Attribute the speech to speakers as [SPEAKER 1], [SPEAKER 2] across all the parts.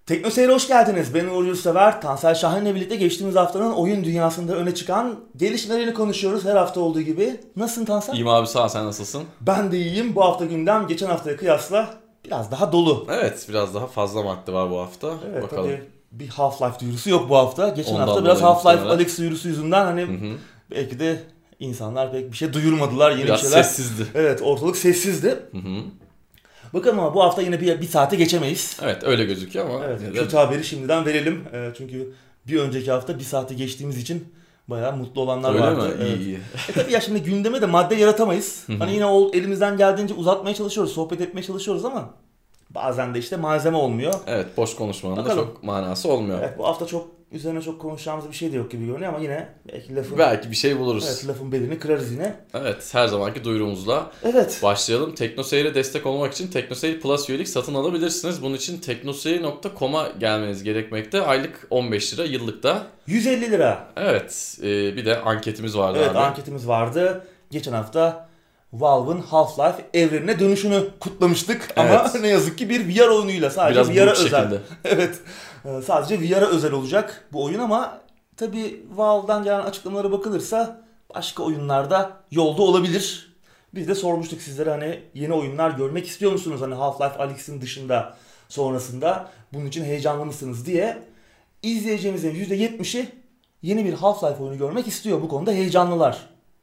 [SPEAKER 1] Tekno Seyir'e hoş geldiniz. Ben Uğur Yurtsever. Tansel Şahin'le birlikte geçtiğimiz haftanın oyun dünyasında öne çıkan gelişmelerini konuşuyoruz her hafta olduğu gibi. Nasılsın Tansel?
[SPEAKER 2] İyiyim abi, sağ ol, sen nasılsın?
[SPEAKER 1] Ben de iyiyim. Bu hafta gündem geçen haftaya kıyasla biraz daha dolu.
[SPEAKER 2] Evet, biraz daha fazla madde var bu hafta.
[SPEAKER 1] Evet,
[SPEAKER 2] bakalım.
[SPEAKER 1] tabii bir Half-Life duyurusu yok bu hafta. Geçen
[SPEAKER 2] Ondan
[SPEAKER 1] hafta biraz
[SPEAKER 2] dolayı
[SPEAKER 1] Half-Life
[SPEAKER 2] muhtemelen.
[SPEAKER 1] Alyx duyurusu yüzünden belki de insanlar pek bir şey duyurmadılar. Yeni
[SPEAKER 2] Biraz
[SPEAKER 1] bir şeyler.
[SPEAKER 2] sessizdi.
[SPEAKER 1] Evet, ortalık sessizdi. Bakalım ama bu hafta yine bir saate geçemeyiz.
[SPEAKER 2] Evet, öyle gözüküyor ama.
[SPEAKER 1] Evet, kötü haberi şimdiden verelim. Çünkü bir önceki hafta bir saati geçtiğimiz için bayağı mutlu olanlar
[SPEAKER 2] Öyle
[SPEAKER 1] vardı.
[SPEAKER 2] mi?
[SPEAKER 1] Evet.
[SPEAKER 2] İyi.
[SPEAKER 1] Tabii ya şimdi gündeme de madde yaratamayız. Hani yine elimizden geldiğince uzatmaya çalışıyoruz, sohbet etmeye çalışıyoruz ama bazen de işte malzeme olmuyor.
[SPEAKER 2] Evet, boş konuşmanın da
[SPEAKER 1] Bakalım.
[SPEAKER 2] çok manası olmuyor.
[SPEAKER 1] Evet, bu hafta üzerine çok konuşacağımız bir şey de yok gibi görünüyor ama yine
[SPEAKER 2] Belki bir şey buluruz.
[SPEAKER 1] evet, lafın belini kırarız yine.
[SPEAKER 2] Evet, her zamanki duyurumuzla
[SPEAKER 1] Evet.
[SPEAKER 2] başlayalım. TeknoSeyir'e destek olmak için TeknoSeyir Plus üyelik satın alabilirsiniz. Bunun için teknoseyir.com'a gelmeniz gerekmekte. Aylık 15 lira, yıllık da
[SPEAKER 1] 150 lira.
[SPEAKER 2] Evet, bir de anketimiz vardı
[SPEAKER 1] Evet,
[SPEAKER 2] abi.
[SPEAKER 1] anketimiz vardı. Geçen hafta Valve'ın Half-Life evrenine dönüşünü kutlamıştık ama
[SPEAKER 2] Evet.
[SPEAKER 1] ne yazık ki bir VR oyunuyla sadece
[SPEAKER 2] Biraz
[SPEAKER 1] VR'a
[SPEAKER 2] bu
[SPEAKER 1] özel.
[SPEAKER 2] şekilde.
[SPEAKER 1] Evet. Sadece VR'a özel olacak bu oyun ama tabii Valve'dan gelen açıklamalara bakılırsa başka oyunlarda yolda olabilir. Biz de sormuştuk sizlere hani yeni oyunlar görmek istiyor musunuz? Hani Half-Life Alyx'in dışında sonrasında bunun için heyecanlı mısınız diye. İzleyeceğimizin %70'i yeni bir Half-Life oyunu görmek istiyor. Bu konuda heyecanlılar.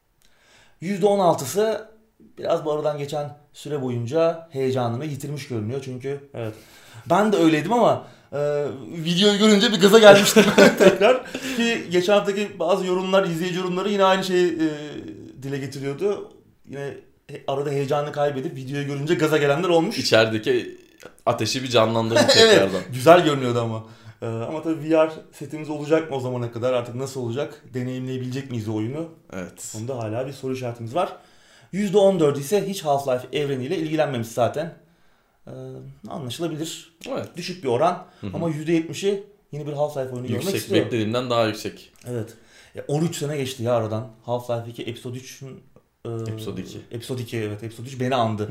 [SPEAKER 1] %16'sı biraz bu aradan geçen süre boyunca heyecanını yitirmiş görünüyor. Çünkü evet, ben de öyleydim ama videoyu görünce bir gaza gelmiştim tekrar. Ki geçen haftaki bazı yorumlar, izleyici yorumları yine aynı şeyi dile getiriyordu. Yine arada heyecanını kaybedip videoyu görünce gaza gelenler olmuş.
[SPEAKER 2] İçerideki ateşi bir canlandırdı
[SPEAKER 1] Evet,
[SPEAKER 2] tekrardan.
[SPEAKER 1] güzel görünüyordu ama. Ama tabii VR setimiz olacak mı o zamana kadar, artık nasıl olacak, deneyimleyebilecek miyiz o oyunu?
[SPEAKER 2] Evet.
[SPEAKER 1] Onda hala bir soru işaretimiz var. %14 ise hiç Half-Life evreniyle ilgilenmemiş zaten. Anlaşılabilir.
[SPEAKER 2] Evet.
[SPEAKER 1] Düşük bir oran ama %70'i yeni bir Half-Life oyunu görmek
[SPEAKER 2] Yüksek,
[SPEAKER 1] istiyor.
[SPEAKER 2] beklediğimden daha yüksek.
[SPEAKER 1] Evet. 13 sene geçti ya aradan. Half-Life 2 Episode 3'ün
[SPEAKER 2] Episode 2.
[SPEAKER 1] Episode 2, evet, Episode 3 beni andı.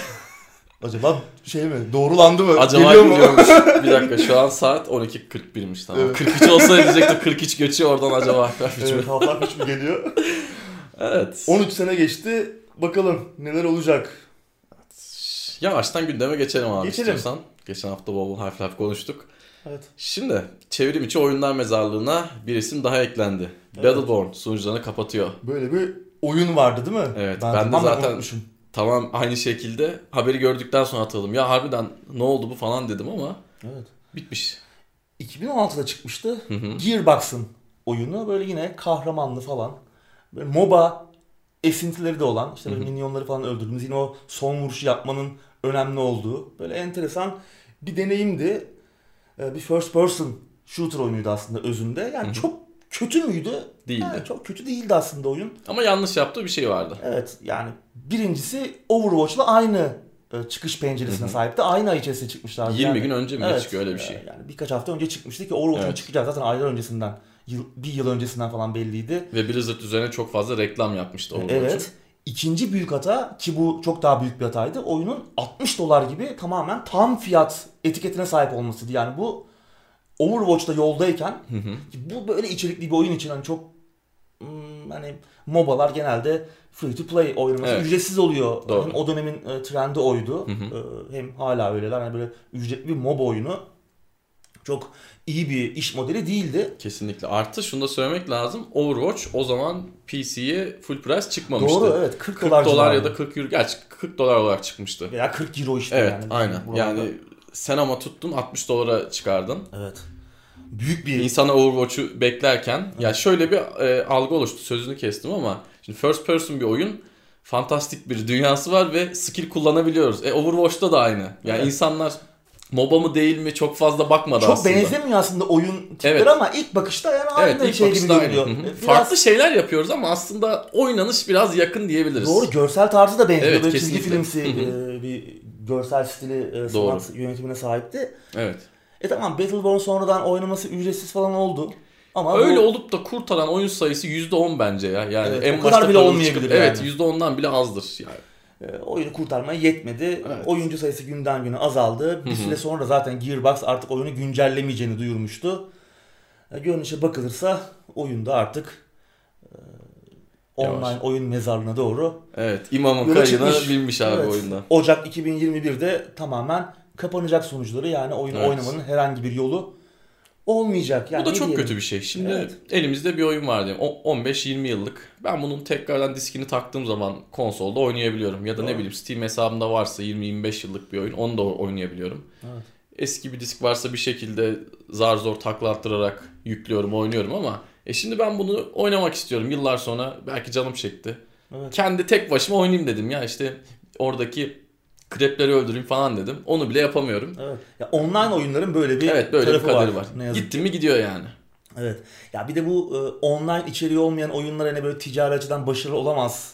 [SPEAKER 1] Acaba şey mi? Doğrulandı mı?
[SPEAKER 2] Acaba
[SPEAKER 1] Geliyor mu?
[SPEAKER 2] gidiyormuş. Bir dakika, şu an saat 12.41'miş, tamam.
[SPEAKER 1] Evet.
[SPEAKER 2] 43 olsa diyecektim, 43 geçiyor oradan, acaba.
[SPEAKER 1] Evet, Half-Life 3 mü geliyor?
[SPEAKER 2] Evet.
[SPEAKER 1] 13 sene geçti. Bakalım neler olacak.
[SPEAKER 2] Yavaştan gündeme geçelim abi,
[SPEAKER 1] Geçelim.
[SPEAKER 2] istiyorsan. Geçen hafta bol bol Half-Life konuştuk.
[SPEAKER 1] Evet.
[SPEAKER 2] Şimdi çevrim içi oyunlar mezarlığına bir isim daha eklendi.
[SPEAKER 1] Evet.
[SPEAKER 2] Battleborn sunucularını kapatıyor.
[SPEAKER 1] Böyle bir oyun vardı değil mi?
[SPEAKER 2] Evet,
[SPEAKER 1] Ben
[SPEAKER 2] ben de
[SPEAKER 1] tamamen
[SPEAKER 2] zaten
[SPEAKER 1] unutmuşum.
[SPEAKER 2] tamam, aynı şekilde haberi gördükten sonra hatırladım. Ya harbiden ne oldu bu falan dedim ama
[SPEAKER 1] Evet.
[SPEAKER 2] bitmiş.
[SPEAKER 1] 2016'da çıkmıştı. Gearbox'ın oyunu. Böyle yine kahramanlı falan. Böyle MOBA esintileri de olan. İşte böyle minyonları falan öldürdüğümüz. Yine o son vuruşu yapmanın önemli olduğu. Böyle enteresan bir deneyimdi. Bir first person shooter oyunuydu aslında özünde. Yani çok kötü müydü?
[SPEAKER 2] Değildi.
[SPEAKER 1] Yani çok kötü değildi aslında oyun.
[SPEAKER 2] Ama yanlış yaptığı bir şey vardı.
[SPEAKER 1] Evet, yani birincisi Overwatch'la aynı çıkış penceresine sahipti. Aynı ay içerisinde çıkmışlardı.
[SPEAKER 2] 20 gün önce mi ne çıkıyor, öyle bir şey?
[SPEAKER 1] Yani birkaç hafta önce çıkmıştı ki Overwatch'un
[SPEAKER 2] Evet.
[SPEAKER 1] çıkacağı zaten aylar öncesinden, bir yıl öncesinden falan belliydi.
[SPEAKER 2] Ve Blizzard üzerine çok fazla reklam yapmıştı Overwatch'un.
[SPEAKER 1] Evet. İkinci büyük hata, ki bu çok daha büyük bir hataydı, oyunun $60 gibi tamamen tam fiyat etiketine sahip olmasıydı. Yani bu Overwatch'ta yoldayken bu böyle içerikli bir oyun için hani çok hani MOBA'lar genelde free to play oynaması ücretsiz oluyor.
[SPEAKER 2] Doğru.
[SPEAKER 1] Hem o dönemin trendi oydu. Hem hala öyleler. Hani böyle ücretli bir MOBA oyunu çok iyi bir iş modeli değildi.
[SPEAKER 2] Kesinlikle. Artı şunu da söylemek lazım. Overwatch o zaman PC'ye full price çıkmamıştı.
[SPEAKER 1] Doğru, evet, 40
[SPEAKER 2] dolar ya da 40 euro. Gerçi 40 dolar olarak çıkmıştı.
[SPEAKER 1] Veya 40 euro işte
[SPEAKER 2] Evet,
[SPEAKER 1] yani.
[SPEAKER 2] aynen.
[SPEAKER 1] Buralarda.
[SPEAKER 2] Yani sen ama tuttun 60 dolara çıkardın.
[SPEAKER 1] Evet. Büyük bir...
[SPEAKER 2] İnsana Overwatch'u beklerken ya şöyle bir algı oluştu. Sözünü kestim ama şimdi first person bir oyun, fantastik bir dünyası var ve skill kullanabiliyoruz. Overwatch'ta da aynı. Yani insanlar MOBA mı değil mi çok fazla bakmadı
[SPEAKER 1] çok
[SPEAKER 2] aslında.
[SPEAKER 1] benzemiyor aslında oyun tipleri
[SPEAKER 2] Evet.
[SPEAKER 1] ama ilk bakışta yani aynı
[SPEAKER 2] ilk
[SPEAKER 1] şey gibi
[SPEAKER 2] bakışta aynı.
[SPEAKER 1] görünüyor.
[SPEAKER 2] Hı hı. Farklı şeyler yapıyoruz ama aslında oynanış biraz yakın diyebiliriz.
[SPEAKER 1] Doğru, görsel tarzı da benziyor.
[SPEAKER 2] Evet,
[SPEAKER 1] böyle çizgi
[SPEAKER 2] kesinlikle.
[SPEAKER 1] filmsi bir görsel stili, sanat yönetimine sahipti.
[SPEAKER 2] Evet.
[SPEAKER 1] Tamam, Battleborn sonradan oynaması ücretsiz falan oldu. Ama
[SPEAKER 2] öyle olup da kurtaran oyun sayısı %10 bence ya. Yani
[SPEAKER 1] Evet,
[SPEAKER 2] en
[SPEAKER 1] o kadar
[SPEAKER 2] başta
[SPEAKER 1] bile
[SPEAKER 2] parası
[SPEAKER 1] olmayabilir
[SPEAKER 2] çıkıp,
[SPEAKER 1] yani.
[SPEAKER 2] Evet, %10'dan bile azdır yani.
[SPEAKER 1] oyunu kurtarmaya yetmedi.
[SPEAKER 2] Evet.
[SPEAKER 1] Oyuncu sayısı günden güne azaldı. Bir süre sonra zaten Gearbox artık oyunu güncellemeyeceğini duyurmuştu. Görünüşe bakılırsa oyunda artık online
[SPEAKER 2] Yavaş.
[SPEAKER 1] oyun mezarlığına doğru
[SPEAKER 2] Evet, imamın
[SPEAKER 1] yola
[SPEAKER 2] kayına
[SPEAKER 1] çıkmış.
[SPEAKER 2] binmiş abi
[SPEAKER 1] Evet.
[SPEAKER 2] oyunda.
[SPEAKER 1] Ocak 2021'de tamamen kapanacak sonuçları, yani oyunu
[SPEAKER 2] Evet.
[SPEAKER 1] oynamanın herhangi bir yolu olmayacak. Yani
[SPEAKER 2] Bu da
[SPEAKER 1] ne
[SPEAKER 2] çok
[SPEAKER 1] diyelim?
[SPEAKER 2] kötü bir şey. Şimdi
[SPEAKER 1] Evet.
[SPEAKER 2] elimizde bir oyun var diyelim. 15-20 yıllık. Ben bunun tekrardan diskini taktığım zaman konsolda oynayabiliyorum. Ya da ne
[SPEAKER 1] Doğru.
[SPEAKER 2] bileyim Steam hesabımda varsa 20-25 yıllık bir oyun, onu da oynayabiliyorum.
[SPEAKER 1] Evet.
[SPEAKER 2] Eski bir disk varsa bir şekilde zar zor takla attırarak yüklüyorum, oynuyorum ama şimdi ben bunu oynamak istiyorum. Yıllar sonra belki canım çekti.
[SPEAKER 1] Evet.
[SPEAKER 2] Kendi tek başıma oynayayım dedim ya, işte oradaki krepleri öldüreyim falan dedim. Onu bile yapamıyorum.
[SPEAKER 1] Evet. Ya online oyunların böyle bir
[SPEAKER 2] Evet, böyle bir
[SPEAKER 1] tarafı
[SPEAKER 2] kaderi var.
[SPEAKER 1] Ne yazık
[SPEAKER 2] Gittin mi gidiyor yani.
[SPEAKER 1] Evet. Ya bir de bu online içeriği olmayan oyunlar hani böyle ticari açıdan başarılı olamaz.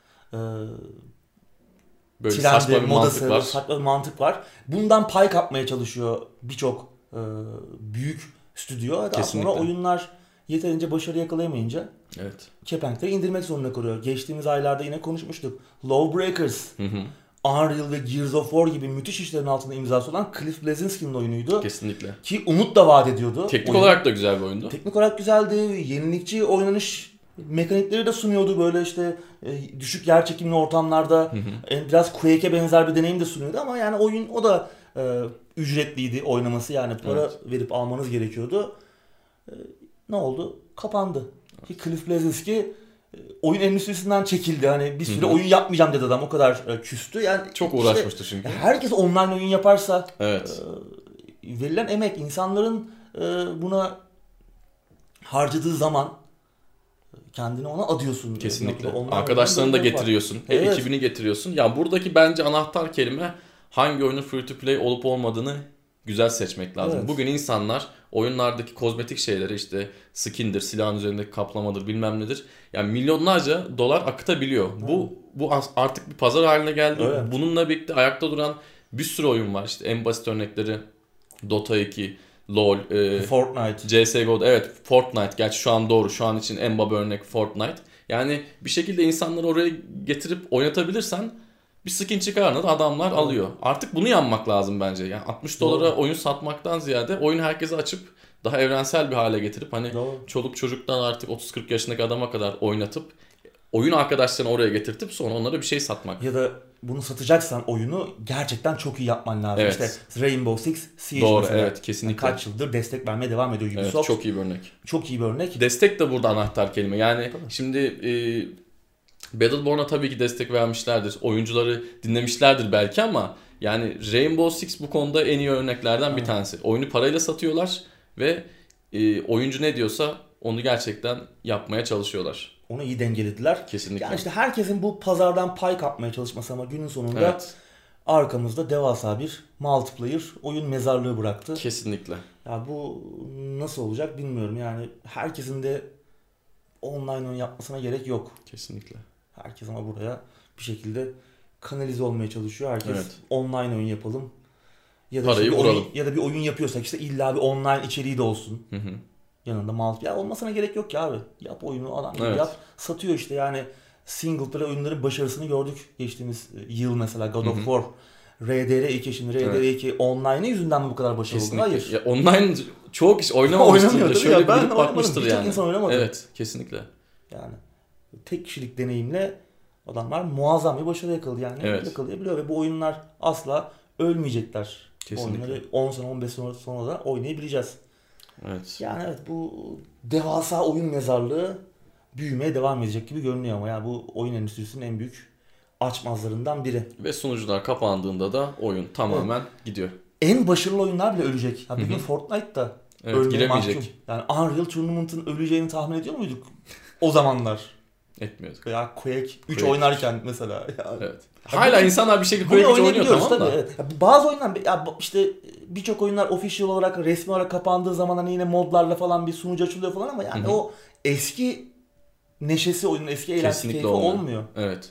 [SPEAKER 2] Böyle
[SPEAKER 1] Trendi,
[SPEAKER 2] saçma bir
[SPEAKER 1] modası,
[SPEAKER 2] mantık var.
[SPEAKER 1] saçma bir mantık var. Bundan pay kapmaya çalışıyor birçok büyük stüdyo. Daha
[SPEAKER 2] Kesinlikle.
[SPEAKER 1] sonra oyunlar yeterince başarı yakalayamayınca
[SPEAKER 2] Evet.
[SPEAKER 1] kepenkleri indirmek zorunda kalıyor. Geçtiğimiz aylarda yine konuşmuştuk. Lawbreakers,
[SPEAKER 2] Hı hı.
[SPEAKER 1] Unreal ve Gears of War gibi müthiş işlerin altında imzası olan Cliff Bleszinski'nin oyunuydu.
[SPEAKER 2] Kesinlikle.
[SPEAKER 1] Ki umut da vaat ediyordu.
[SPEAKER 2] Teknik
[SPEAKER 1] oyun.
[SPEAKER 2] olarak da güzel bir oyundu.
[SPEAKER 1] Teknik olarak güzeldi. Yenilikçi oynanış mekanikleri de sunuyordu. Böyle işte düşük yer çekimli ortamlarda biraz Quake'e benzer bir deneyim de sunuyordu ama yani oyun o da ücretliydi oynaması, yani para verip almanız gerekiyordu. Ne oldu? Kapandı. Ki Cliff Bleszinski oyun endüstrisinden çekildi. Hani bir süre oyun yapmayacağım dedi adam. O kadar küstü. Yani
[SPEAKER 2] Çok
[SPEAKER 1] işte
[SPEAKER 2] uğraşmıştı çünkü.
[SPEAKER 1] herkes online oyun yaparsa
[SPEAKER 2] Evet.
[SPEAKER 1] verilen emek, insanların buna harcadığı zaman kendini ona adıyorsun.
[SPEAKER 2] Kesinlikle.
[SPEAKER 1] Online
[SPEAKER 2] Arkadaşlarını da
[SPEAKER 1] oyunların böyle
[SPEAKER 2] getiriyorsun.
[SPEAKER 1] var. Evet.
[SPEAKER 2] Ekibini getiriyorsun. Ya buradaki bence anahtar kelime hangi oyunun free to play olup olmadığını güzel seçmek lazım.
[SPEAKER 1] Evet.
[SPEAKER 2] Bugün insanlar oyunlardaki kozmetik şeyleri, işte skindir, silahın üzerindeki kaplamadır, bilmem nedir. Yani milyonlarca dolar akıtabiliyor. Bu artık bir pazar haline geldi.
[SPEAKER 1] Evet.
[SPEAKER 2] Bununla birlikte ayakta duran bir sürü oyun var. İşte en basit örnekleri Dota 2, LoL,
[SPEAKER 1] Fortnite.
[SPEAKER 2] CSGO'da, evet, Fortnite. Gerçi şu an doğru. Şu an için en baba örnek Fortnite. Yani bir şekilde insanları oraya getirip oynatabilirsen bir skin çıkarını da adamlar alıyor. Artık bunu yanmak lazım bence. Yani 60 dolara oyun satmaktan ziyade oyunu herkese açıp daha evrensel bir hale getirip hani çoluk çocuktan artık 30-40 yaşındaki adama kadar oynatıp oyun arkadaşlarını oraya getirtip sonra onlara bir şey satmak.
[SPEAKER 1] Ya da bunu satacaksan oyunu gerçekten çok iyi yapman lazım.
[SPEAKER 2] Evet.
[SPEAKER 1] İşte Rainbow Six Siege
[SPEAKER 2] Doğru,
[SPEAKER 1] mesela.
[SPEAKER 2] evet, kesinlikle.
[SPEAKER 1] Kaç yıldır destek vermeye devam ediyor Ubisoft.
[SPEAKER 2] Evet, çok iyi bir örnek.
[SPEAKER 1] Çok iyi bir örnek.
[SPEAKER 2] Destek de burada anahtar kelime. Yani şimdi Battleborn'a tabii ki destek vermişlerdir. Oyuncuları dinlemişlerdir belki ama yani Rainbow Six bu konuda en iyi örneklerden bir tanesi. Oyunu parayla satıyorlar ve oyuncu ne diyorsa onu gerçekten yapmaya çalışıyorlar.
[SPEAKER 1] Onu iyi dengelediler.
[SPEAKER 2] Kesinlikle.
[SPEAKER 1] Yani işte herkesin bu pazardan pay kapmaya çalışması ama günün sonunda
[SPEAKER 2] Evet.
[SPEAKER 1] arkamızda devasa bir multiplayer oyun mezarlığı bıraktı.
[SPEAKER 2] Kesinlikle.
[SPEAKER 1] Ya bu nasıl olacak bilmiyorum. Yani herkesin de online oyun yapmasına gerek yok.
[SPEAKER 2] Kesinlikle.
[SPEAKER 1] Herkes ama buraya bir şekilde kanalize olmaya çalışıyor. Herkes
[SPEAKER 2] Evet.
[SPEAKER 1] online oyun yapalım. Ya da
[SPEAKER 2] Parayı
[SPEAKER 1] işte
[SPEAKER 2] vuralım.
[SPEAKER 1] ya da bir oyun yapıyorsak işte illa bir online içeriği de olsun.
[SPEAKER 2] Hı hı.
[SPEAKER 1] Yanında multiplayer olmasına gerek yok ki abi. Yap oyunu, adam gibi
[SPEAKER 2] Evet.
[SPEAKER 1] yap. Satıyor işte yani, single player oyunların başarısını gördük geçtiğimiz yıl mesela God of War. RDR2 şimdi RDR2 online yüzünden mi bu kadar başarılı oldu?
[SPEAKER 2] Kesinlikle.
[SPEAKER 1] Hayır.
[SPEAKER 2] Ya online çoğu kişi oynamamıştır.
[SPEAKER 1] Oynamıyor, değil mi?
[SPEAKER 2] Şöyle
[SPEAKER 1] Ya ben
[SPEAKER 2] bir
[SPEAKER 1] oynamadım.
[SPEAKER 2] bakmıştır
[SPEAKER 1] Birçok
[SPEAKER 2] yani.
[SPEAKER 1] insan oynamadı.
[SPEAKER 2] Evet, kesinlikle.
[SPEAKER 1] Yani tek kişilik deneyimle adamlar muazzam bir başarı yakaladı yani.
[SPEAKER 2] Evet.
[SPEAKER 1] Yakalayabiliyor ve bu oyunlar asla ölmeyecekler.
[SPEAKER 2] Kesinlikle.
[SPEAKER 1] Oyunları 10 sene 15 sene sonra da oynayabileceğiz.
[SPEAKER 2] Evet.
[SPEAKER 1] Yani evet, bu devasa oyun mezarlığı büyümeye devam edecek gibi görünüyor ama yani bu oyun endüstrisinin en büyük açmazlarından biri.
[SPEAKER 2] Ve sunucular kapandığında da oyun tamamen gidiyor.
[SPEAKER 1] En başarılı oyunlar bile ölecek. Ha, bir gün Fortnite da ölmeye
[SPEAKER 2] giremeyecek.
[SPEAKER 1] mahkum. Yani Unreal Tournament'ın öleceğini tahmin ediyor muyduk o zamanlar?
[SPEAKER 2] Etmiyorduk.
[SPEAKER 1] Ya Quake 3
[SPEAKER 2] Quake
[SPEAKER 1] oynarken mesela. Yani.
[SPEAKER 2] Evet. Hala insanlar bir şekilde
[SPEAKER 1] Bunu
[SPEAKER 2] Quake 3 oynuyor,
[SPEAKER 1] oynayabiliyoruz
[SPEAKER 2] tamam da.
[SPEAKER 1] tabii. Evet. Ya bazı oyunlar işte birçok oyunlar official olarak, resmi olarak kapandığı zaman hani yine modlarla falan bir sunucu açılıyor falan ama yani o eski neşesi, oyunun eski eğlencesi,
[SPEAKER 2] Kesinlikle
[SPEAKER 1] keyfi olmuyor.
[SPEAKER 2] Evet.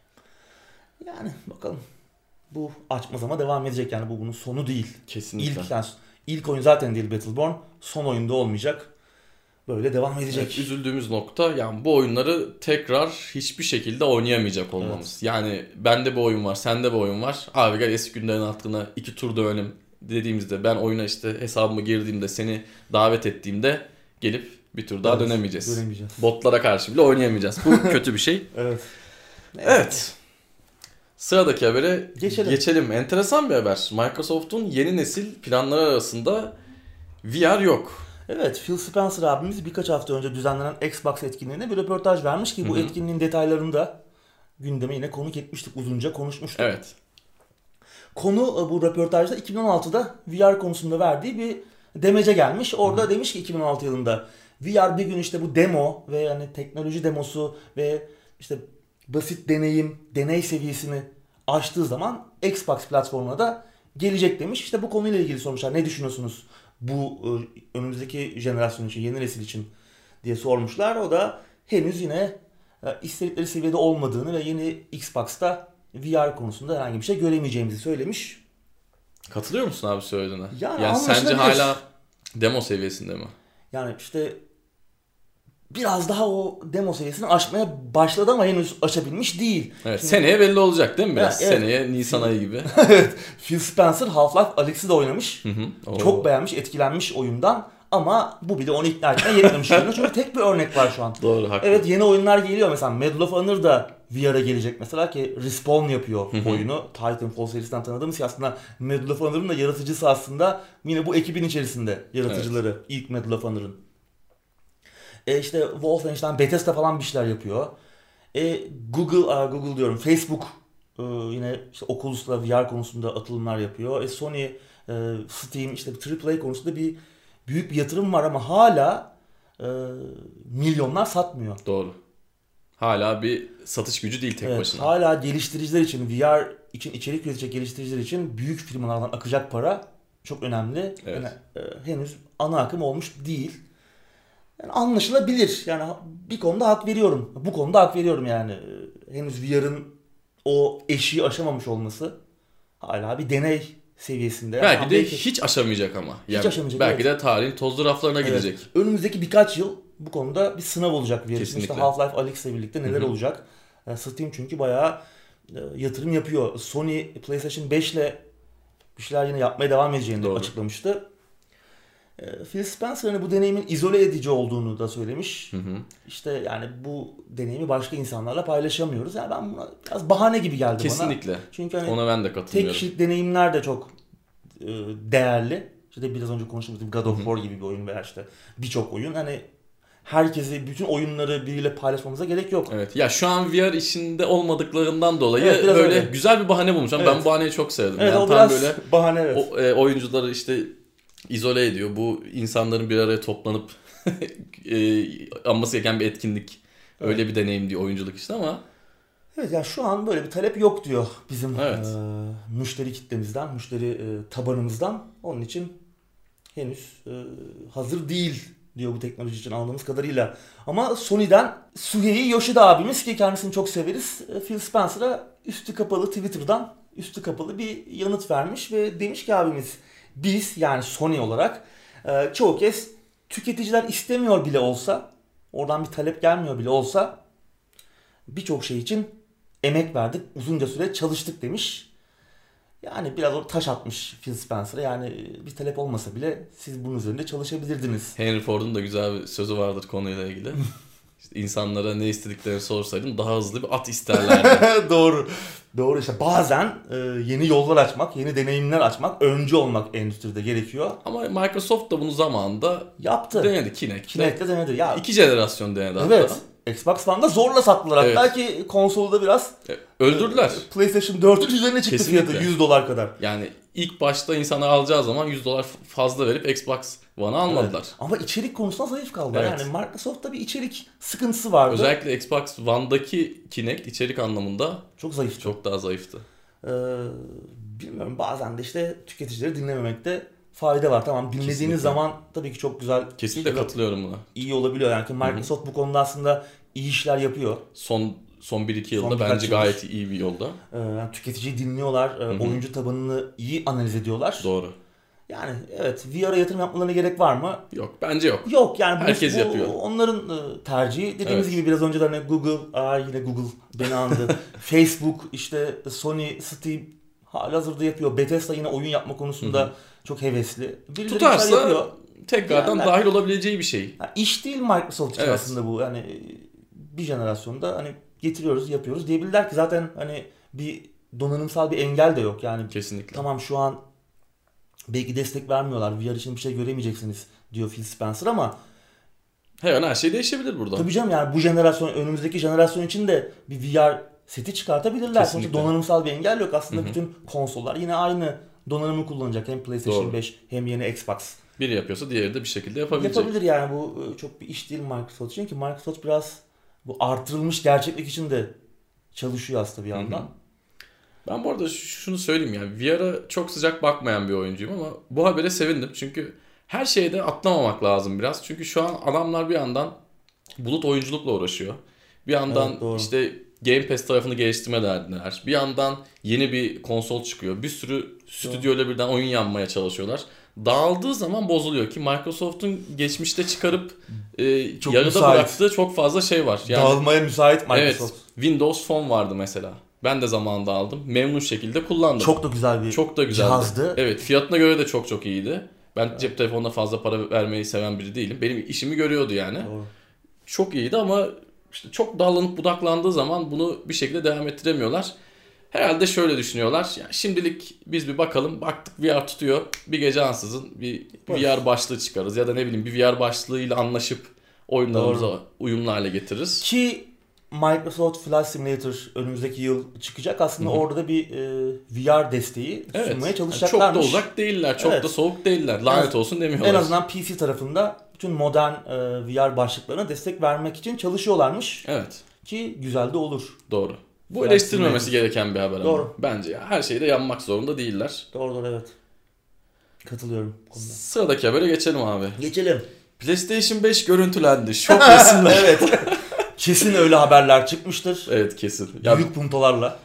[SPEAKER 1] Yani bakalım. Bu açmaz ama devam edecek yani, bu bunun sonu değil.
[SPEAKER 2] Kesinlikle.
[SPEAKER 1] İlk oyun zaten değil Battleborn. Son oyunda olmayacak. böyle devam edecek.
[SPEAKER 2] Evet, üzüldüğümüz nokta yani bu oyunları tekrar hiçbir şekilde oynayamayacak olmamız. Evet. Yani bende bir oyun var, sende bir oyun var. Abi gel eski günlerin aklına 2 tur dönelim dediğimizde ben oyuna işte hesabıma girdiğimde seni davet ettiğimde gelip bir tur daha dönemeyeceğiz. Botlara karşı bile oynayamayacağız. Bu kötü bir şey.
[SPEAKER 1] Evet.
[SPEAKER 2] Evet. Sıradaki habere geçelim. Enteresan bir haber. Microsoft'un yeni nesil planları arasında VR yok.
[SPEAKER 1] Evet, Phil Spencer abimiz birkaç hafta önce düzenlenen Xbox etkinliğine bir röportaj vermiş ki bu etkinliğin detaylarını da gündeme yine konuk etmiştik, uzunca konuşmuştuk.
[SPEAKER 2] Evet.
[SPEAKER 1] Konu bu röportajda 2016'da VR konusunda verdiği bir demece gelmiş. Orada demiş ki 2016 yılında VR bir gün işte bu demo ve yani teknoloji demosu ve işte basit deney seviyesini aştığı zaman Xbox platformuna da gelecek demiş. İşte bu konuyla ilgili sormuşlar. Ne düşünüyorsunuz bu önümüzdeki jenerasyon için, yeni nesil için diye sormuşlar. O da henüz yine istedikleri seviyede olmadığını ve yeni Xbox'ta VR konusunda herhangi bir şey göremeyeceğimizi söylemiş.
[SPEAKER 2] Katılıyor musun abi söylediğine?
[SPEAKER 1] Yani
[SPEAKER 2] sence hala demo seviyesinde mi?
[SPEAKER 1] Yani işte biraz daha o demo seviyesini aşmaya başladı ama henüz aşabilmiş değil.
[SPEAKER 2] Evet, şimdi, seneye belli olacak değil mi biraz? Evet. Seneye Nisan ayı gibi.
[SPEAKER 1] Evet. Phil Spencer Half-Life Alyx'i de oynamış. Çok beğenmiş, etkilenmiş oyundan. Ama bu bile onu ikna etmeye yetmemiş. Çünkü tek bir örnek var şu an.
[SPEAKER 2] Doğru, haklı.
[SPEAKER 1] Evet, yeni oyunlar geliyor. Mesela Medal of Honor da VR'a gelecek mesela ki Respawn yapıyor oyunu. Titanfall serisinden tanıdığımız ki aslında Medal of Honor'ın da yaratıcısı aslında yine bu ekibin içerisinde yaratıcıları. Evet. İlk Medal of Honor'ın. İşte Wolfenstein, Bethesda falan bir şeyler yapıyor. Google diyorum, Facebook yine işte Oculus'la VR konusunda atılımlar yapıyor. Sony, Steam işte AAA konusunda büyük bir yatırım var ama hala milyonlar satmıyor.
[SPEAKER 2] Doğru. Hala bir satış gücü değil tek başına.
[SPEAKER 1] Hala geliştiriciler için, VR için içerik üretecek geliştiriciler için büyük firmalardan akacak para çok önemli.
[SPEAKER 2] Evet.
[SPEAKER 1] Yani, henüz ana akım olmuş değil. Yani anlaşılabilir. Yani bir konuda hak veriyorum. Bu konuda hak veriyorum yani. Henüz VR'ın o eşiği aşamamış olması hala bir deney seviyesinde.
[SPEAKER 2] Belki de hiç aşamayacak ama.
[SPEAKER 1] Hiç aşamayacak.
[SPEAKER 2] Belki de tarihin tozlu raflarına gidecek.
[SPEAKER 1] Önümüzdeki birkaç yıl bu konuda bir sınav olacak VR için. İşte Half-Life Alyx'le birlikte neler olacak. Steam çünkü bayağı yatırım yapıyor. Sony PlayStation 5'le bir şeyler yine yapmaya devam edeceğini açıklamıştı. Phil Spencer hani bu deneyimin izole edici olduğunu da söylemiş. İşte yani bu deneyimi başka insanlarla paylaşamıyoruz. Yani ben buna biraz bahane gibi geldi
[SPEAKER 2] Kesinlikle.
[SPEAKER 1] bana.
[SPEAKER 2] Kesinlikle.
[SPEAKER 1] Çünkü hani
[SPEAKER 2] ona ben de katılıyorum.
[SPEAKER 1] Tek kişilik deneyimler de çok değerli. İşte biraz önce konuştuğumuz God of War gibi bir oyun veya işte birçok oyun. Hani herkesi, bütün oyunları biriyle paylaşmamıza gerek yok.
[SPEAKER 2] Evet. Ya şu an VR içinde olmadıklarından dolayı böyle öyle. Güzel bir bahane bulmuş. Evet. Ben bu bahaneyi çok sevdim.
[SPEAKER 1] Evet, yani
[SPEAKER 2] o biraz böyle
[SPEAKER 1] bahane, evet.
[SPEAKER 2] Oyuncuları işte izole ediyor. Bu insanların bir araya toplanıp anması gereken bir etkinlik. Öyle bir deneyim diyor oyunculuk işte ama.
[SPEAKER 1] Evet, yani şu an böyle bir talep yok diyor bizim müşteri kitlemizden, müşteri tabanımızdan. Onun için henüz hazır değil diyor bu teknoloji için anladığımız kadarıyla. Ama Sony'den Shuhei Yoshida abimiz ki kendisini çok severiz. Phil Spencer'a üstü kapalı Twitter'dan üstü kapalı bir yanıt vermiş ve demiş ki abimiz biz yani Sony olarak çoğu kez tüketiciler istemiyor bile olsa, oradan bir talep gelmiyor bile olsa birçok şey için emek verdik, uzunca süre çalıştık demiş. Yani biraz o taş atmış Phil Spencer'a. Yani bir talep olmasa bile siz bunun üzerinde çalışabilirdiniz.
[SPEAKER 2] Henry Ford'un da güzel bir sözü vardır konuyla ilgili. İşte insanlara ne istediklerini sorsaydım daha hızlı bir at isterlerdi.
[SPEAKER 1] Doğru. Doğru işte bazen yeni yollar açmak, yeni deneyimler açmak, öncü olmak endüstride gerekiyor.
[SPEAKER 2] Ama Microsoft da bunu zamanında
[SPEAKER 1] yaptı.
[SPEAKER 2] Denedi Kinect'te.
[SPEAKER 1] Kinect'te denedi. Ya,
[SPEAKER 2] 2 jenerasyon denedi hatta.
[SPEAKER 1] Evet. Xbox One'da zorla sattılar hatta ki konsolda biraz
[SPEAKER 2] öldürdüler.
[SPEAKER 1] PlayStation 4'ün üzerine çıktı fiyatı $100 kadar.
[SPEAKER 2] Yani ilk başta insanlar alacağı zaman $100 fazla verip Xbox One'ı almadılar.
[SPEAKER 1] Evet. Ama içerik konusunda zayıf kaldı. Evet. Yani Microsoft'ta bir içerik sıkıntısı vardı.
[SPEAKER 2] Özellikle Xbox One'daki Kinect içerik anlamında
[SPEAKER 1] çok zayıftı.
[SPEAKER 2] Çok daha zayıftı.
[SPEAKER 1] Bilmiyorum bazen de işte tüketicileri dinlememekte fayda var. Tamam dinlediğiniz Kesinlikle. Zaman tabii ki çok güzel.
[SPEAKER 2] Kesinlikle katılıyorum buna.
[SPEAKER 1] İyi olabiliyor yani. Microsoft bu konuda aslında iyi işler yapıyor.
[SPEAKER 2] Son 1-2 yılda bence gayet iyi bir yolda.
[SPEAKER 1] Yani tüketiciyi dinliyorlar. Oyuncu tabanını iyi analiz ediyorlar.
[SPEAKER 2] Doğru.
[SPEAKER 1] Yani evet, VR'a yatırım yapmalarına gerek var mı?
[SPEAKER 2] Yok, bence yok.
[SPEAKER 1] Yok yani
[SPEAKER 2] Herkes yapıyor.
[SPEAKER 1] Onların tercihi. Dediğimiz gibi biraz önce de hani Google, yine Google beni andı. Facebook, işte Sony, Steam halihazırda yapıyor. Bethesda yine oyun yapma konusunda çok hevesli. Birileri
[SPEAKER 2] Tutarsa tekrardan
[SPEAKER 1] yani,
[SPEAKER 2] dahil olabileceği bir şey.
[SPEAKER 1] Yani iş değil Microsoft için aslında bu. Yani bir jenerasyonda hani getiriyoruz, yapıyoruz diyebilirler ki zaten hani bir donanımsal bir engel de yok. Yani
[SPEAKER 2] kesinlikle.
[SPEAKER 1] Tamam şu an belki destek vermiyorlar. VR için bir şey göremeyeceksiniz diyor Phil Spencer ama
[SPEAKER 2] Her şey değişebilir burada.
[SPEAKER 1] tabii canım, yani bu jenerasyon, önümüzdeki jenerasyon için de bir VR seti çıkartabilirler. Sonuçta donanımsal bir engel yok. Aslında bütün konsollar yine aynı donanımı kullanacak. Hem PlayStation 5 hem yeni Xbox.
[SPEAKER 2] Biri yapıyorsa diğeri de bir şekilde yapabilecek.
[SPEAKER 1] Yapabilir yani, bu çok bir iş değil Microsoft için. Çünkü Microsoft biraz bu artırılmış gerçeklik için de çalışıyor aslında bir yandan.
[SPEAKER 2] Ben bu arada şunu söyleyeyim, yani VR'a çok sıcak bakmayan bir oyuncuyum ama bu habere sevindim. Çünkü her şeyde atlamamak lazım biraz. Çünkü şu an adamlar bir yandan bulut oyunculukla uğraşıyor. Bir yandan işte Game Pass tarafını geliştirme derdindeler. Bir yandan yeni bir konsol çıkıyor. Bir sürü stüdyoyla birden oyun yapmaya çalışıyorlar. Dağıldığı zaman bozuluyor ki Microsoft'un geçmişte çıkarıp yarıda bıraktığı çok fazla şey var.
[SPEAKER 1] Yani, dağılmaya müsait Microsoft.
[SPEAKER 2] Evet, Windows Phone vardı mesela. Ben de zamanında aldım. Memnun şekilde kullandım.
[SPEAKER 1] Çok da güzel bir cihazdı.
[SPEAKER 2] Evet, fiyatına göre de çok iyiydi. Ben cep telefonuna fazla para vermeyi seven biri değilim. Benim işimi görüyordu yani.
[SPEAKER 1] Doğru.
[SPEAKER 2] Çok iyiydi ama işte çok dallanıp budaklandığı zaman bunu bir şekilde devam ettiremiyorlar. Herhalde şöyle düşünüyorlar. Yani şimdilik biz bir bakalım. Baktık VR tutuyor. Bir gece ansızın bir VR başlığı çıkarız. Ya da ne bileyim bir VR başlığıyla anlaşıp oyunlarımıza uyumlu hale getiririz.
[SPEAKER 1] Ki Microsoft Flight Simulator önümüzdeki yıl çıkacak. Aslında orada da bir VR desteği sunmaya çalışacaklarmış.
[SPEAKER 2] Yani çok da uzak değiller. Çok da soğuk değiller. Lanet olsun demiyorlar.
[SPEAKER 1] En azından PC tarafında bütün modern VR başlıklarına destek vermek için çalışıyorlarmış.
[SPEAKER 2] Evet.
[SPEAKER 1] Ki güzel de olur.
[SPEAKER 2] Doğru. Bu eleştirilmemesi gereken bir haber ama. Bence ya, her şeyde yanmak zorunda değiller.
[SPEAKER 1] Doğru evet. Katılıyorum.
[SPEAKER 2] Sıradaki habere geçelim abi.
[SPEAKER 1] Geçelim.
[SPEAKER 2] PlayStation 5 görüntülendi. Şok resimler.
[SPEAKER 1] Evet. Kesin öyle haberler çıkmıştır.
[SPEAKER 2] Evet, kesin.
[SPEAKER 1] Büyük puntolarla.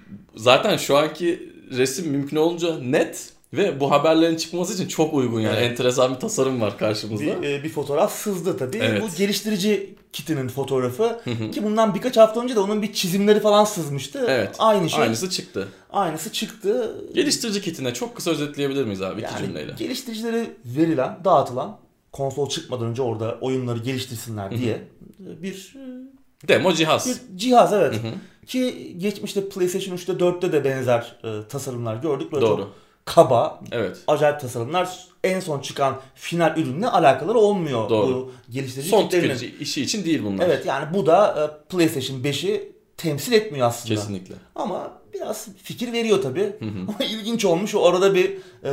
[SPEAKER 2] Zaten şu anki resim mümkün olunca net ve bu haberlerin çıkması için çok uygun yani. Evet. Enteresan bir tasarım var karşımızda.
[SPEAKER 1] Bir fotoğraf sızdı tabii.
[SPEAKER 2] Evet.
[SPEAKER 1] Bu geliştirici kitinin fotoğrafı. Ki bundan birkaç hafta önce de onun bir çizimleri falan sızmıştı.
[SPEAKER 2] Evet.
[SPEAKER 1] Aynı şey.
[SPEAKER 2] Aynısı çıktı. Geliştirici kitine çok kısa özetleyebilir miyiz abi iki cümleyle?
[SPEAKER 1] Geliştiricilere verilen, dağıtılan, konsol çıkmadan önce orada oyunları geliştirsinler diye bir
[SPEAKER 2] demo cihaz.
[SPEAKER 1] Bir cihaz evet. Ki geçmişte PlayStation 3'te 4'te de benzer tasarımlar gördük. Böyle çok kaba, acayip tasarımlar. En son çıkan final ürünle alakaları olmuyor.
[SPEAKER 2] Doğru.
[SPEAKER 1] Bu geliştirici
[SPEAKER 2] son tüketici işi için değil bunlar.
[SPEAKER 1] Evet, yani bu da PlayStation 5'i temsil etmiyor aslında.
[SPEAKER 2] Kesinlikle.
[SPEAKER 1] Ama biraz fikir veriyor tabii. Ama ilginç olmuş. O arada bir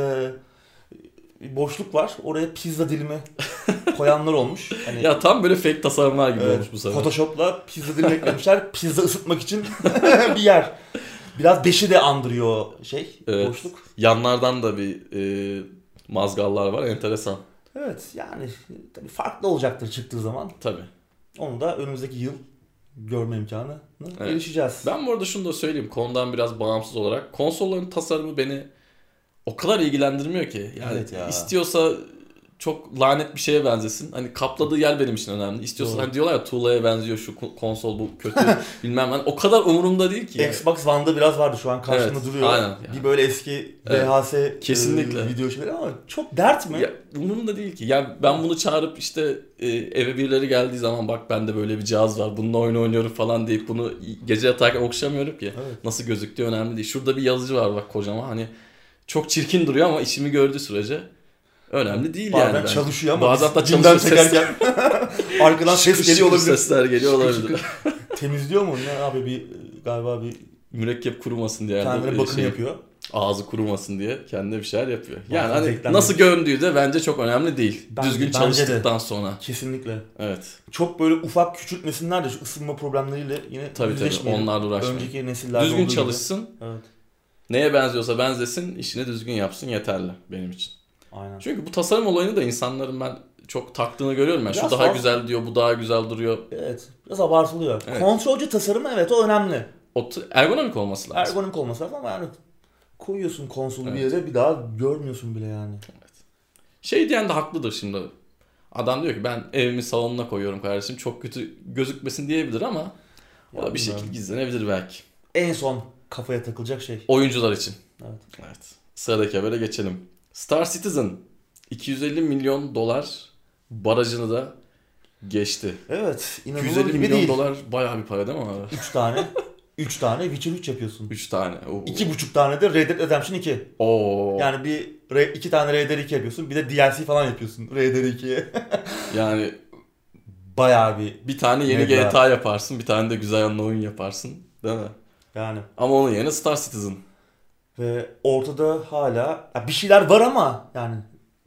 [SPEAKER 1] boşluk var. Oraya pizza dilimi koyanlar olmuş.
[SPEAKER 2] Hani, ya tam böyle fake tasarımlar gibi olmuş bu sefer.
[SPEAKER 1] Photoshop'la pizza dilimi eklemişler. Pizza ısıtmak için bir yer. Biraz 5'i de andırıyor boşluk.
[SPEAKER 2] Yanlardan da bir mazgallar var. Enteresan.
[SPEAKER 1] Evet, yani tabii farklı olacaktır çıktığı zaman.
[SPEAKER 2] Tabii.
[SPEAKER 1] Onu da önümüzdeki yıl görme imkanı erişeceğiz.
[SPEAKER 2] Ben bu arada şunu da söyleyeyim. Konudan biraz bağımsız olarak. Konsolların tasarımı beni o kadar ilgilendirmiyor ki. Yani istiyorsa çok lanet bir şeye benzesin. Hani kapladığı yer benim için önemli. İstiyorsa hani diyorlar ya tuğlaya benziyor şu konsol, bu kötü bilmem. Hani o kadar umurumda değil ki.
[SPEAKER 1] Xbox One'da biraz vardı, şu an karşımda duruyor.
[SPEAKER 2] Aynen.
[SPEAKER 1] Bir böyle eski VHS
[SPEAKER 2] kesinlikle
[SPEAKER 1] video şeyleri ama çok dert mi?
[SPEAKER 2] Ya, umurumda değil ki. Yani ben bunu çağırıp işte eve birileri geldiği zaman bak bende böyle bir cihaz var. Bununla oyun oynuyorum falan deyip bunu gece yatarken okşamıyorum ki. Evet. Nasıl gözüktüğü önemli değil. Şurada bir yazıcı var bak kocaman. Hani çok çirkin duruyor ama işimi gördüğü sürece önemli değil
[SPEAKER 1] bazen
[SPEAKER 2] yani.
[SPEAKER 1] Bazen çalışıyor ama
[SPEAKER 2] bazen de çalışıyor
[SPEAKER 1] çekerken arkadan ses geliyor olabilir.
[SPEAKER 2] Sesler geliyor olabilir.
[SPEAKER 1] Temizliyor mu? Ne abi, galiba bir
[SPEAKER 2] mürekkep kurumasın diye.
[SPEAKER 1] Kendine bakım yapıyor.
[SPEAKER 2] Ağzı kurumasın diye kendine bir şeyler yapıyor. Yani hani nasıl göründüğü de bence çok önemli değil. Düzgün çalıştıktan sonra.
[SPEAKER 1] Kesinlikle.
[SPEAKER 2] Evet.
[SPEAKER 1] Çok böyle ufak küçültmesinler de şu ısınma problemleriyle yine
[SPEAKER 2] yüzleşmeyelim. Onlarla uğraşmayın.
[SPEAKER 1] Önceki nesillerde
[SPEAKER 2] düzgün çalışsın.
[SPEAKER 1] Evet.
[SPEAKER 2] Neye benziyorsa benzesin, işini düzgün yapsın yeterli benim için.
[SPEAKER 1] Aynen.
[SPEAKER 2] Çünkü bu tasarım olayını da insanların ben çok taktığını görüyorum. Yani şu daha güzel diyor, bu daha güzel duruyor.
[SPEAKER 1] Evet. Biraz abartılıyor. Evet. Kontrolcü tasarımı o önemli.
[SPEAKER 2] Ergonomik olması lazım.
[SPEAKER 1] Ergonomik olması lazım ama yani koyuyorsun konsolu bir
[SPEAKER 2] Evet.
[SPEAKER 1] yere, bir daha görmüyorsun bile yani.
[SPEAKER 2] Şey diyen de haklıdır şimdi. Adam diyor ki ben evimin salonuna koyuyorum kardeşim. Çok kötü gözükmesin diyebilir ama o da bir
[SPEAKER 1] bilmiyorum.
[SPEAKER 2] şekilde gizlenebilir belki.
[SPEAKER 1] En son kafaya takılacak şey.
[SPEAKER 2] Oyuncular için.
[SPEAKER 1] Evet.
[SPEAKER 2] Evet. Sıradaki habere geçelim. Star Citizen 250 milyon dolar barajını da geçti.
[SPEAKER 1] Evet, inanılır
[SPEAKER 2] 250
[SPEAKER 1] gibi
[SPEAKER 2] milyon
[SPEAKER 1] değil.
[SPEAKER 2] dolar bayağı bir para değil mi abi?
[SPEAKER 1] 3 tane. 3 tane Witcher 3 yapıyorsun.
[SPEAKER 2] 3 tane. Oo.
[SPEAKER 1] 2,5 tane de Red Dead Redemption 2.
[SPEAKER 2] Oo.
[SPEAKER 1] Yani 2 tane Red Dead 2 yapıyorsun. Bir de DLC falan yapıyorsun Red Dead 2'ye.
[SPEAKER 2] Yani
[SPEAKER 1] Bayağı bir
[SPEAKER 2] tane yeni
[SPEAKER 1] Mega.
[SPEAKER 2] GTA yaparsın, bir tane de güzel yanlı oyun yaparsın, değil mi?
[SPEAKER 1] yani.
[SPEAKER 2] Ama onun yerine Star Citizen.
[SPEAKER 1] Ve ortada hala bir şeyler var ama yani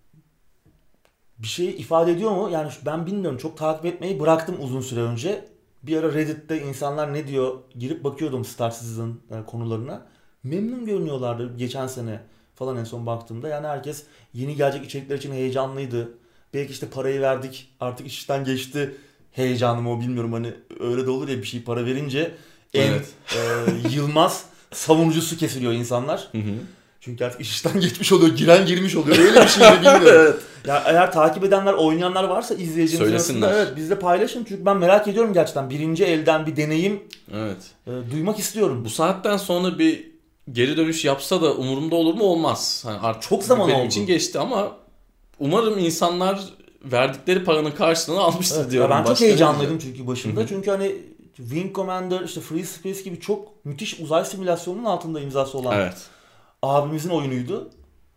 [SPEAKER 1] bir şey ifade ediyor mu? Yani ben bilmiyorum. Çok takip etmeyi bıraktım uzun süre önce. Bir ara Reddit'te insanlar ne diyor girip bakıyordum Star Citizen konularına. Memnun görünüyorlardı geçen sene falan en son baktığımda. Yani herkes yeni gelecek içerikler için heyecanlıydı. Belki işte parayı verdik artık iş işten geçti. Heyecanım o, bilmiyorum, hani öyle de olur ya, bir şey para verince en
[SPEAKER 2] Evet.
[SPEAKER 1] yılmaz savunucusu kesiliyor insanlar.
[SPEAKER 2] Hı hı.
[SPEAKER 1] Çünkü artık iş işten geçmiş oluyor, giren girmiş oluyor. Öyle bir şey de bilmiyorum.
[SPEAKER 2] Evet.
[SPEAKER 1] Ya eğer takip edenler, oynayanlar varsa izleyicimiz
[SPEAKER 2] Söylesinler.
[SPEAKER 1] arasında, evet, bizle paylaşın. Çünkü ben merak ediyorum gerçekten. Birinci elden bir deneyim
[SPEAKER 2] Evet.
[SPEAKER 1] duymak istiyorum.
[SPEAKER 2] Bu saatten sonra bir geri dönüş yapsa da umurumda olur mu? Olmaz. Hani artık
[SPEAKER 1] Çok zaman
[SPEAKER 2] benim
[SPEAKER 1] oldu.
[SPEAKER 2] için geçti ama umarım insanlar verdikleri paranın karşılığını almıştır
[SPEAKER 1] Evet,
[SPEAKER 2] diyorum.
[SPEAKER 1] ya ben çok
[SPEAKER 2] Başka ne
[SPEAKER 1] heyecanlıydım
[SPEAKER 2] diyeceğim?
[SPEAKER 1] çünkü başında. Çünkü hani Wing Commander, işte Free Space gibi çok müthiş uzay simülasyonunun altında imzası olan
[SPEAKER 2] Evet.
[SPEAKER 1] abimizin oyunuydu.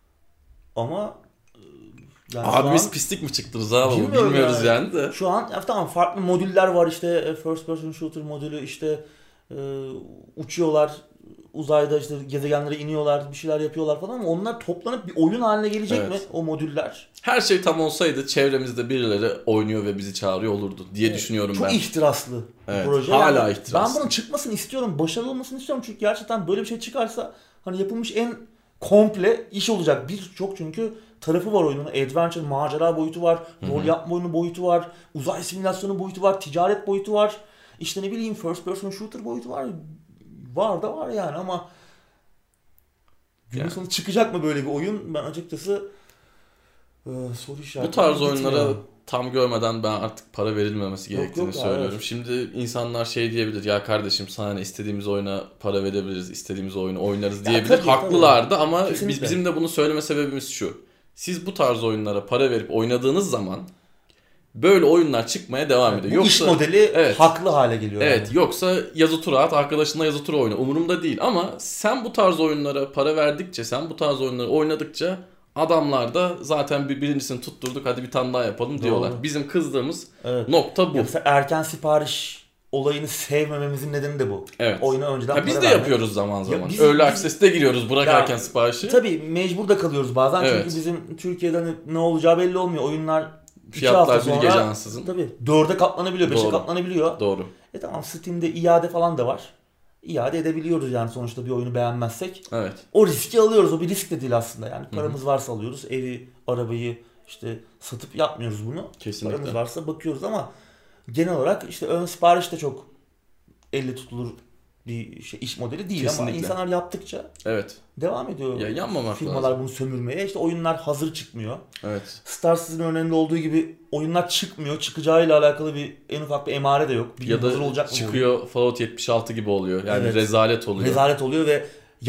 [SPEAKER 1] Ama yani şu
[SPEAKER 2] Abimiz
[SPEAKER 1] an
[SPEAKER 2] pislik mi çıktınız abi?
[SPEAKER 1] bilmiyorum
[SPEAKER 2] Bilmiyoruz yani de.
[SPEAKER 1] şu an tamam, farklı modüller var, işte first person shooter modülü, işte uçuyorlar uzayda, işte gezegenlere iniyorlar, bir şeyler yapıyorlar falan, ama onlar toplanıp bir oyun haline gelecek
[SPEAKER 2] Evet.
[SPEAKER 1] mi o modüller?
[SPEAKER 2] Her şey tam olsaydı çevremizde birileri oynuyor ve bizi çağırıyor olurdu diye düşünüyorum
[SPEAKER 1] Çok
[SPEAKER 2] ben.
[SPEAKER 1] ihtiraslı bir
[SPEAKER 2] Evet,
[SPEAKER 1] proje.
[SPEAKER 2] hala
[SPEAKER 1] Yani
[SPEAKER 2] ihtiraslı.
[SPEAKER 1] ben bunun çıkmasını istiyorum, başarılı olmasını istiyorum, çünkü gerçekten böyle bir şey çıkarsa hani yapılmış en komple iş olacak. Birçok çünkü tarafı var oyunun. Adventure, macera boyutu var, rol yapma oyunu boyutu var, uzay simülasyonu boyutu var, ticaret boyutu var. İşte ne bileyim first person shooter boyutu var. Var da var yani, ama günün sonu çıkacak mı böyle bir oyun? Ben açıkçası soru işareti.
[SPEAKER 2] Bu tarz oyunlara tam görmeden ben artık para verilmemesi gerektiğini
[SPEAKER 1] yok ya,
[SPEAKER 2] söylüyorum.
[SPEAKER 1] evet.
[SPEAKER 2] Şimdi insanlar şey diyebilir, ya kardeşim sana ne, istediğimiz oyuna para verebiliriz, istediğimiz oyunu oynarız diyebilir.
[SPEAKER 1] tabii,
[SPEAKER 2] Haklılardı ama
[SPEAKER 1] Kesinlikle.
[SPEAKER 2] bizim de bunu söyleme sebebimiz şu. Siz bu tarz oyunlara para verip oynadığınız zaman böyle oyunlar çıkmaya devam ediyor.
[SPEAKER 1] Bu iş modeli haklı hale geliyor.
[SPEAKER 2] Evet,
[SPEAKER 1] yani.
[SPEAKER 2] yoksa yazı tura at, arkadaşınla yazı tura oyna. Umurumda değil ama sen bu tarz oyunlara para verdikçe, sen bu tarz oyunları oynadıkça adamlar da zaten birincisini tutturduk, hadi bir tane daha yapalım diyorlar. Bizim kızdığımız nokta bu.
[SPEAKER 1] Yoksa erken sipariş olayını sevmememizin nedeni de bu.
[SPEAKER 2] Evet.
[SPEAKER 1] Oyuna önceden
[SPEAKER 2] Ya biz
[SPEAKER 1] para
[SPEAKER 2] de
[SPEAKER 1] vermek.
[SPEAKER 2] yapıyoruz zaman zaman.
[SPEAKER 1] biz-
[SPEAKER 2] Early
[SPEAKER 1] biz-
[SPEAKER 2] Access'te giriyoruz bırakarken siparişi.
[SPEAKER 1] Tabii mecbur da kalıyoruz bazen,
[SPEAKER 2] Evet.
[SPEAKER 1] çünkü bizim Türkiye'de ne olacağı belli olmuyor. Oyunlar 2
[SPEAKER 2] Fiyatlar
[SPEAKER 1] hafta
[SPEAKER 2] bir
[SPEAKER 1] sonra
[SPEAKER 2] gece ansızın.
[SPEAKER 1] tabii 4'e katlanabiliyor, 5'e
[SPEAKER 2] Doğru.
[SPEAKER 1] katlanabiliyor.
[SPEAKER 2] Doğru.
[SPEAKER 1] Tamam, Steam'de iade falan da var. İade edebiliyoruz yani, sonuçta bir oyunu beğenmezsek.
[SPEAKER 2] Evet.
[SPEAKER 1] O riski alıyoruz. O bir risk de değil aslında. Yani paramız varsa alıyoruz. Evi, arabayı işte satıp yapmıyoruz bunu.
[SPEAKER 2] Kesinlikle.
[SPEAKER 1] Paramız varsa bakıyoruz, ama genel olarak işte ön sipariş de çok elle tutulur bir iş modeli değil.
[SPEAKER 2] Kesinlikle.
[SPEAKER 1] Ama insanlar yaptıkça
[SPEAKER 2] Evet.
[SPEAKER 1] devam ediyor.
[SPEAKER 2] Ya yanmamak
[SPEAKER 1] Firmalar
[SPEAKER 2] lazım.
[SPEAKER 1] bunu sömürmeye. İşte oyunlar hazır çıkmıyor.
[SPEAKER 2] Evet.
[SPEAKER 1] Star Citizen örneğinde olduğu gibi oyunlar çıkmıyor. Çıkacağıyla alakalı en ufak bir emare de yok.
[SPEAKER 2] Ya
[SPEAKER 1] Hazır
[SPEAKER 2] da
[SPEAKER 1] olacak mı bu oyun?
[SPEAKER 2] çıkıyor Fallout 76 gibi oluyor. Yani
[SPEAKER 1] Evet.
[SPEAKER 2] rezalet oluyor.
[SPEAKER 1] Rezalet oluyor ve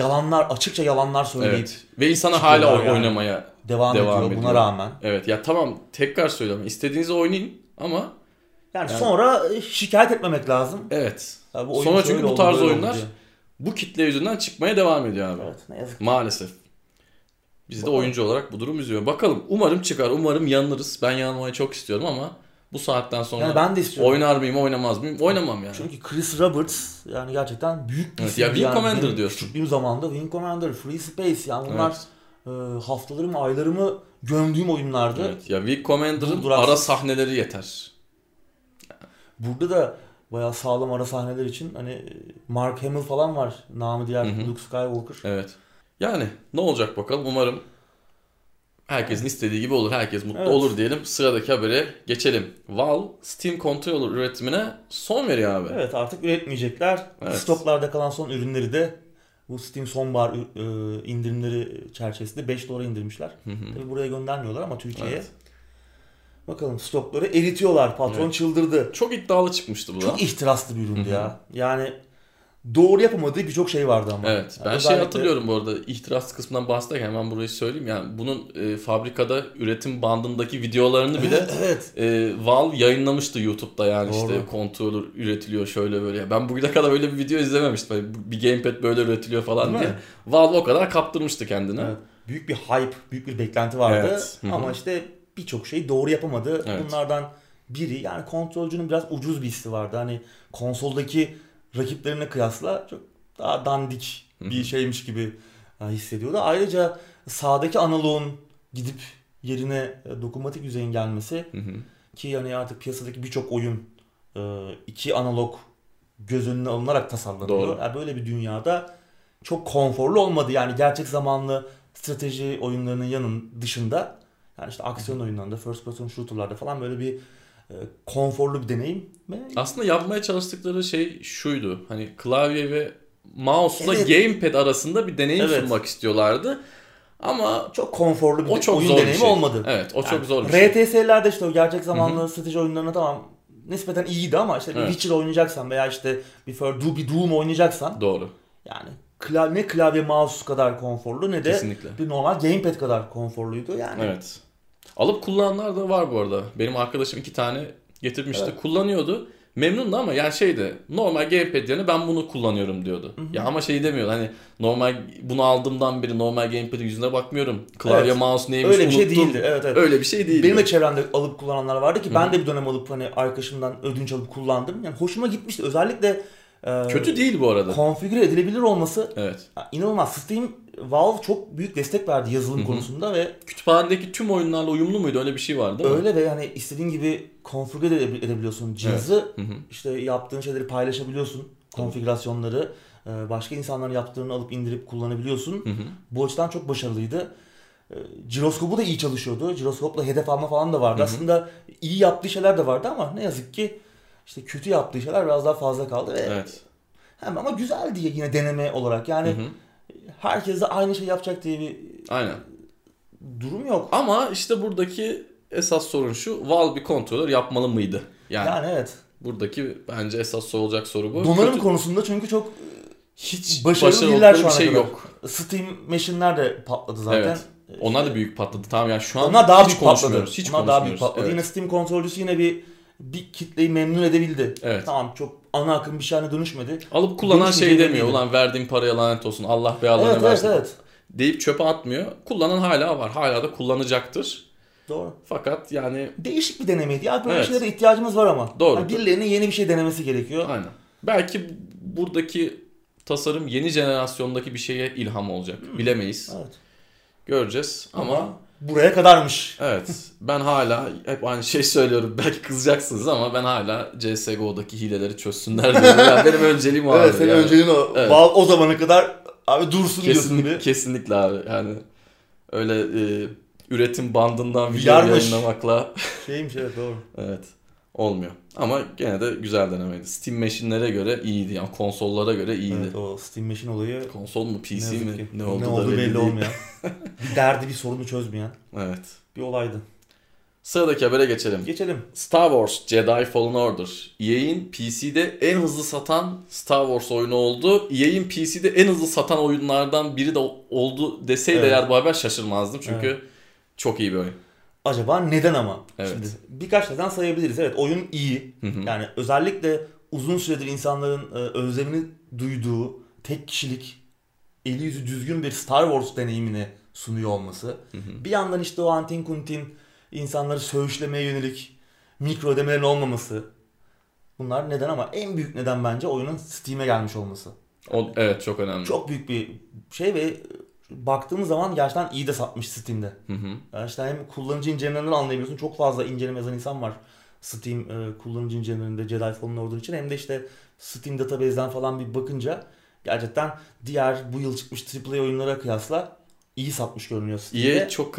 [SPEAKER 1] açıkça yalanlar söyleyip
[SPEAKER 2] Evet. Ve insana hala
[SPEAKER 1] çıkıyorlar yani.
[SPEAKER 2] oynamaya
[SPEAKER 1] devam ediyor buna rağmen.
[SPEAKER 2] Evet ya tamam, tekrar söylüyorum. İstediğinizi oynayın ama
[SPEAKER 1] Yani sonra şikayet etmemek lazım.
[SPEAKER 2] evet.
[SPEAKER 1] Ya bu oyun
[SPEAKER 2] Sonra
[SPEAKER 1] şöyle
[SPEAKER 2] çünkü bu
[SPEAKER 1] oldu,
[SPEAKER 2] tarz
[SPEAKER 1] böyle oldu
[SPEAKER 2] oyunlar
[SPEAKER 1] diye.
[SPEAKER 2] bu kitle yüzünden çıkmaya devam ediyor abi.
[SPEAKER 1] Evet, ne yazık ki.
[SPEAKER 2] Maalesef. Biz de
[SPEAKER 1] Bakalım.
[SPEAKER 2] oyuncu olarak bu durum üzüyor. Bakalım, umarım çıkar. Umarım yanılırız. Ben yanılmayı çok istiyorum ama bu saatten sonra
[SPEAKER 1] Yani ben de istiyorum.
[SPEAKER 2] oynar mıyım, oynamaz mıyım? Oynamam yani.
[SPEAKER 1] Çünkü Chris Roberts yani gerçekten büyük bir
[SPEAKER 2] Evet,
[SPEAKER 1] isim.
[SPEAKER 2] ya Wing
[SPEAKER 1] yani.
[SPEAKER 2] Commander
[SPEAKER 1] Benim
[SPEAKER 2] diyorsun.
[SPEAKER 1] Küçüklüğüm zamanında Wing Commander, Free Space, yani bunlar
[SPEAKER 2] Evet.
[SPEAKER 1] haftalarımı, aylarımı gömdüğüm oyunlardı.
[SPEAKER 2] Evet. Ya Wing Commander'ın
[SPEAKER 1] Duraksız.
[SPEAKER 2] ara sahneleri yeter.
[SPEAKER 1] Burada da bayağı sağlam ara sahneler için hani Mark Hamill falan var. Namı diğer Luke Skywalker.
[SPEAKER 2] Evet. Yani ne olacak bakalım. Umarım herkesin istediği gibi olur. Herkes mutlu
[SPEAKER 1] Evet.
[SPEAKER 2] olur diyelim. Sıradaki habere geçelim. Valve Steam Controller üretimine son veriyor abi.
[SPEAKER 1] Evet, artık üretmeyecekler.
[SPEAKER 2] Evet.
[SPEAKER 1] Stoklarda kalan son ürünleri de Bu Steam sonbahar indirimleri çerçevesinde $5 indirmişler. Tabii buraya göndermiyorlar ama Türkiye'ye.
[SPEAKER 2] Evet.
[SPEAKER 1] Bakalım stokları eritiyorlar. Patron çıldırdı.
[SPEAKER 2] Çok iddialı çıkmıştı bu da.
[SPEAKER 1] Çok ihtiraslı bir üründü ya. Yani doğru yapamadığı birçok şey vardı ama.
[SPEAKER 2] Evet. Ben
[SPEAKER 1] yani
[SPEAKER 2] hatırlıyorum bu arada, ihtiras kısmından bahsederken hemen burayı söyleyeyim. Yani bunun fabrikada üretim bandındaki videolarını bile
[SPEAKER 1] evet.
[SPEAKER 2] Valve yayınlamıştı YouTube'da, yani
[SPEAKER 1] Doğru.
[SPEAKER 2] işte kontrolör üretiliyor şöyle böyle. Ben bugüne kadar öyle bir video izlememiştim. Yani bir gamepad böyle üretiliyor falan
[SPEAKER 1] Değil
[SPEAKER 2] diye.
[SPEAKER 1] mi?
[SPEAKER 2] Valve o kadar kaptırmıştı kendini.
[SPEAKER 1] Evet. Büyük bir hype, büyük bir beklenti vardı.
[SPEAKER 2] Evet.
[SPEAKER 1] Ama işte birçok şeyi doğru yapamadı.
[SPEAKER 2] Evet.
[SPEAKER 1] Bunlardan biri, yani kontrolcünün biraz ucuz bir hissi vardı. Hani konsoldaki rakiplerine kıyasla çok daha dandik bir şeymiş gibi hissediyordu. Ayrıca sağdaki analoğun gidip yerine dokunmatik yüzeyin gelmesi, ki yani artık piyasadaki birçok oyun iki analog göz önüne alınarak tasarlanıyor.
[SPEAKER 2] Doğru.
[SPEAKER 1] Yani böyle bir dünyada çok konforlu olmadı. Yani gerçek zamanlı strateji oyunlarının dışında, yani işte aksiyon oyunlarında, first person shooter'larda falan böyle bir konforlu bir deneyim.
[SPEAKER 2] Aslında yapmaya çalıştıkları şey şuydu. Hani klavye ve mouse'la
[SPEAKER 1] Evet.
[SPEAKER 2] gamepad arasında bir deneyim
[SPEAKER 1] Evet.
[SPEAKER 2] sunmak istiyorlardı. Ama
[SPEAKER 1] çok konforlu
[SPEAKER 2] o
[SPEAKER 1] bir
[SPEAKER 2] çok
[SPEAKER 1] oyun
[SPEAKER 2] zor bir
[SPEAKER 1] deneyimi
[SPEAKER 2] şey.
[SPEAKER 1] olmadı.
[SPEAKER 2] Evet, o
[SPEAKER 1] Yani
[SPEAKER 2] çok zor bir şey.
[SPEAKER 1] RTS'lerde işte o gerçek zamanlı strateji oyunlarına tamam nispeten iyiydi ama işte bir Witcher oynayacaksan veya işte bir Doom oynayacaksan,
[SPEAKER 2] Doğru.
[SPEAKER 1] yani ne klavye mouse kadar konforlu ne de
[SPEAKER 2] Kesinlikle.
[SPEAKER 1] bir normal gamepad kadar konforluydu yani.
[SPEAKER 2] Evet. Alıp kullananlar da var bu arada. Benim arkadaşım 2 tane getirmişti.
[SPEAKER 1] Evet.
[SPEAKER 2] Kullanıyordu. Memnundu ama yani şeydi, normal gamepad yerine ben bunu kullanıyorum diyordu. Ya ama şey demiyordu, hani normal bunu aldığımdan beri normal gamepad'in yüzüne bakmıyorum. Klavye
[SPEAKER 1] Evet.
[SPEAKER 2] mouse neymiş
[SPEAKER 1] Öyle bir
[SPEAKER 2] unuttum.
[SPEAKER 1] şey değildi. Evet, evet.
[SPEAKER 2] Öyle bir şey değildi.
[SPEAKER 1] Benim de çevremde alıp kullananlar vardı ki ben de bir dönem alıp hani arkadaşımdan ödünç alıp kullandım. Yani hoşuma gitmişti. Özellikle
[SPEAKER 2] kötü değil bu arada.
[SPEAKER 1] Konfigüre edilebilir olması
[SPEAKER 2] Evet.
[SPEAKER 1] inanılmaz. Steam, Valve çok büyük destek verdi yazılım konusunda ve
[SPEAKER 2] kütüphanedeki tüm oyunlarla uyumlu muydu? Öyle bir şey vardı değil mi?
[SPEAKER 1] öyle ve yani istediğin gibi konfigüre edebiliyorsun cihazı.
[SPEAKER 2] Evet.
[SPEAKER 1] İşte yaptığın şeyleri paylaşabiliyorsun. Konfigürasyonları başka insanların yaptığını alıp indirip kullanabiliyorsun. Bu açıdan çok başarılıydı. Jiroskopu da iyi çalışıyordu. Jiroskopla hedef alma falan da vardı. Aslında iyi yaptığı şeyler de vardı ama ne yazık ki işte kötü yaptığı şeyler biraz daha fazla kaldı ve
[SPEAKER 2] Evet.
[SPEAKER 1] ama güzel diye yine deneme olarak. Yani herkes de aynı şey yapacak diye bir
[SPEAKER 2] Aynen.
[SPEAKER 1] durum yok.
[SPEAKER 2] Ama işte buradaki esas sorun şu: Valve bir kontrolör yapmalı mıydı?
[SPEAKER 1] Yani evet.
[SPEAKER 2] Buradaki bence esas sorulacak soru bu.
[SPEAKER 1] Donanım konusunda çünkü çok
[SPEAKER 2] hiç
[SPEAKER 1] başarılı
[SPEAKER 2] başarılı
[SPEAKER 1] değiller şu
[SPEAKER 2] bir
[SPEAKER 1] ana
[SPEAKER 2] şey
[SPEAKER 1] kadar.
[SPEAKER 2] yok.
[SPEAKER 1] Steam Machine'ler de patladı zaten.
[SPEAKER 2] Evet. Onlar da büyük patladı. Tamam yani şu an
[SPEAKER 1] Onlar daha
[SPEAKER 2] hiç
[SPEAKER 1] büyük patladı.
[SPEAKER 2] konuşmuyoruz. Hiç
[SPEAKER 1] Onlar daha büyük
[SPEAKER 2] konuşmuyoruz.
[SPEAKER 1] patladı.
[SPEAKER 2] Evet.
[SPEAKER 1] Yine Steam kontrolcüsü yine bir kitleyi memnun edebildi.
[SPEAKER 2] Evet.
[SPEAKER 1] Tamam, çok ana akım bir şeyine dönüşmedi.
[SPEAKER 2] Alıp kullanan şey
[SPEAKER 1] Dönüşmeyeceği
[SPEAKER 2] demiyor.
[SPEAKER 1] belliydi.
[SPEAKER 2] Ulan verdiğim paraya lanet olsun. Allah beyalarını
[SPEAKER 1] Evet,
[SPEAKER 2] versin.
[SPEAKER 1] evet.
[SPEAKER 2] Deyip çöpe atmıyor. Kullanan hala var. Hala da kullanacaktır.
[SPEAKER 1] Doğru.
[SPEAKER 2] Fakat yani
[SPEAKER 1] Değişik bir denemeydi. Ya böyle
[SPEAKER 2] Evet.
[SPEAKER 1] şeylere ihtiyacımız var ama.
[SPEAKER 2] Doğru.
[SPEAKER 1] Yani birilerinin yeni bir şey denemesi gerekiyor.
[SPEAKER 2] aynen. Belki buradaki tasarım yeni jenerasyondaki bir şeye ilham olacak. Bilemeyiz.
[SPEAKER 1] Evet.
[SPEAKER 2] Göreceğiz ama
[SPEAKER 1] buraya kadarmış.
[SPEAKER 2] evet, ben hala hep aynı şey söylüyorum. Belki kızacaksınız ama ben hala CSGO'daki hileleri çözsünler diyorum. Yani benim önceliğim o.
[SPEAKER 1] Evet, senin
[SPEAKER 2] yani.
[SPEAKER 1] önceliğin o.
[SPEAKER 2] Evet.
[SPEAKER 1] Valve o zamana kadar abi dursun diyorsun gibi.
[SPEAKER 2] Kesinlikle abi. Yani öyle üretim bandından video
[SPEAKER 1] Yarmış.
[SPEAKER 2] yayınlamakla
[SPEAKER 1] Şeymiş, evet, doğru.
[SPEAKER 2] evet, olmuyor. Ama gene de güzel denemeydi. Steam Machine'lere göre iyiydi. Yani konsollara göre iyiydi.
[SPEAKER 1] Evet, o Steam Machine olayı
[SPEAKER 2] Konsol mu, PC
[SPEAKER 1] ne yazık
[SPEAKER 2] mi?
[SPEAKER 1] ki
[SPEAKER 2] Ne oldu da
[SPEAKER 1] belli
[SPEAKER 2] değil.
[SPEAKER 1] olmayan. Bir derdi, bir sorunu çözmeyen
[SPEAKER 2] Evet.
[SPEAKER 1] bir olaydı.
[SPEAKER 2] Sıradaki habere geçelim.
[SPEAKER 1] Geçelim.
[SPEAKER 2] Star Wars Jedi Fallen Order. EA'in PC'de en hızlı satan Star Wars oyunu oldu. EA'in PC'de en hızlı satan oyunlardan biri de oldu deseydi
[SPEAKER 1] Evet.
[SPEAKER 2] eğer bu haber şaşırmazdım. Çünkü çok iyi bir oyun.
[SPEAKER 1] Acaba neden ama?
[SPEAKER 2] Evet.
[SPEAKER 1] Şimdi birkaç neden sayabiliriz. Evet, oyun iyi. Yani özellikle uzun süredir insanların özlemini duyduğu tek kişilik, eli yüzü düzgün bir Star Wars deneyimini sunuyor olması. Bir yandan işte o antin kuntin insanları söğüşlemeye yönelik mikro ödemelerin olmaması. Bunlar neden ama en büyük neden bence oyunun Steam'e gelmiş olması.
[SPEAKER 2] Evet, çok önemli.
[SPEAKER 1] Çok büyük bir şey ve baktığımız zaman gerçekten iyi de satmış Steam'de. Yani işte hem kullanıcı incelemelerinden anlayabiliyorsun. Çok fazla inceleme yazan insan var Steam kullanıcı incelemelerinde Jedi Fallen Order için. Hem de işte Steam Database'den falan bir bakınca gerçekten diğer bu yıl çıkmış AAA oyunlara kıyasla iyi satmış görünüyor Steam'de.
[SPEAKER 2] EA çok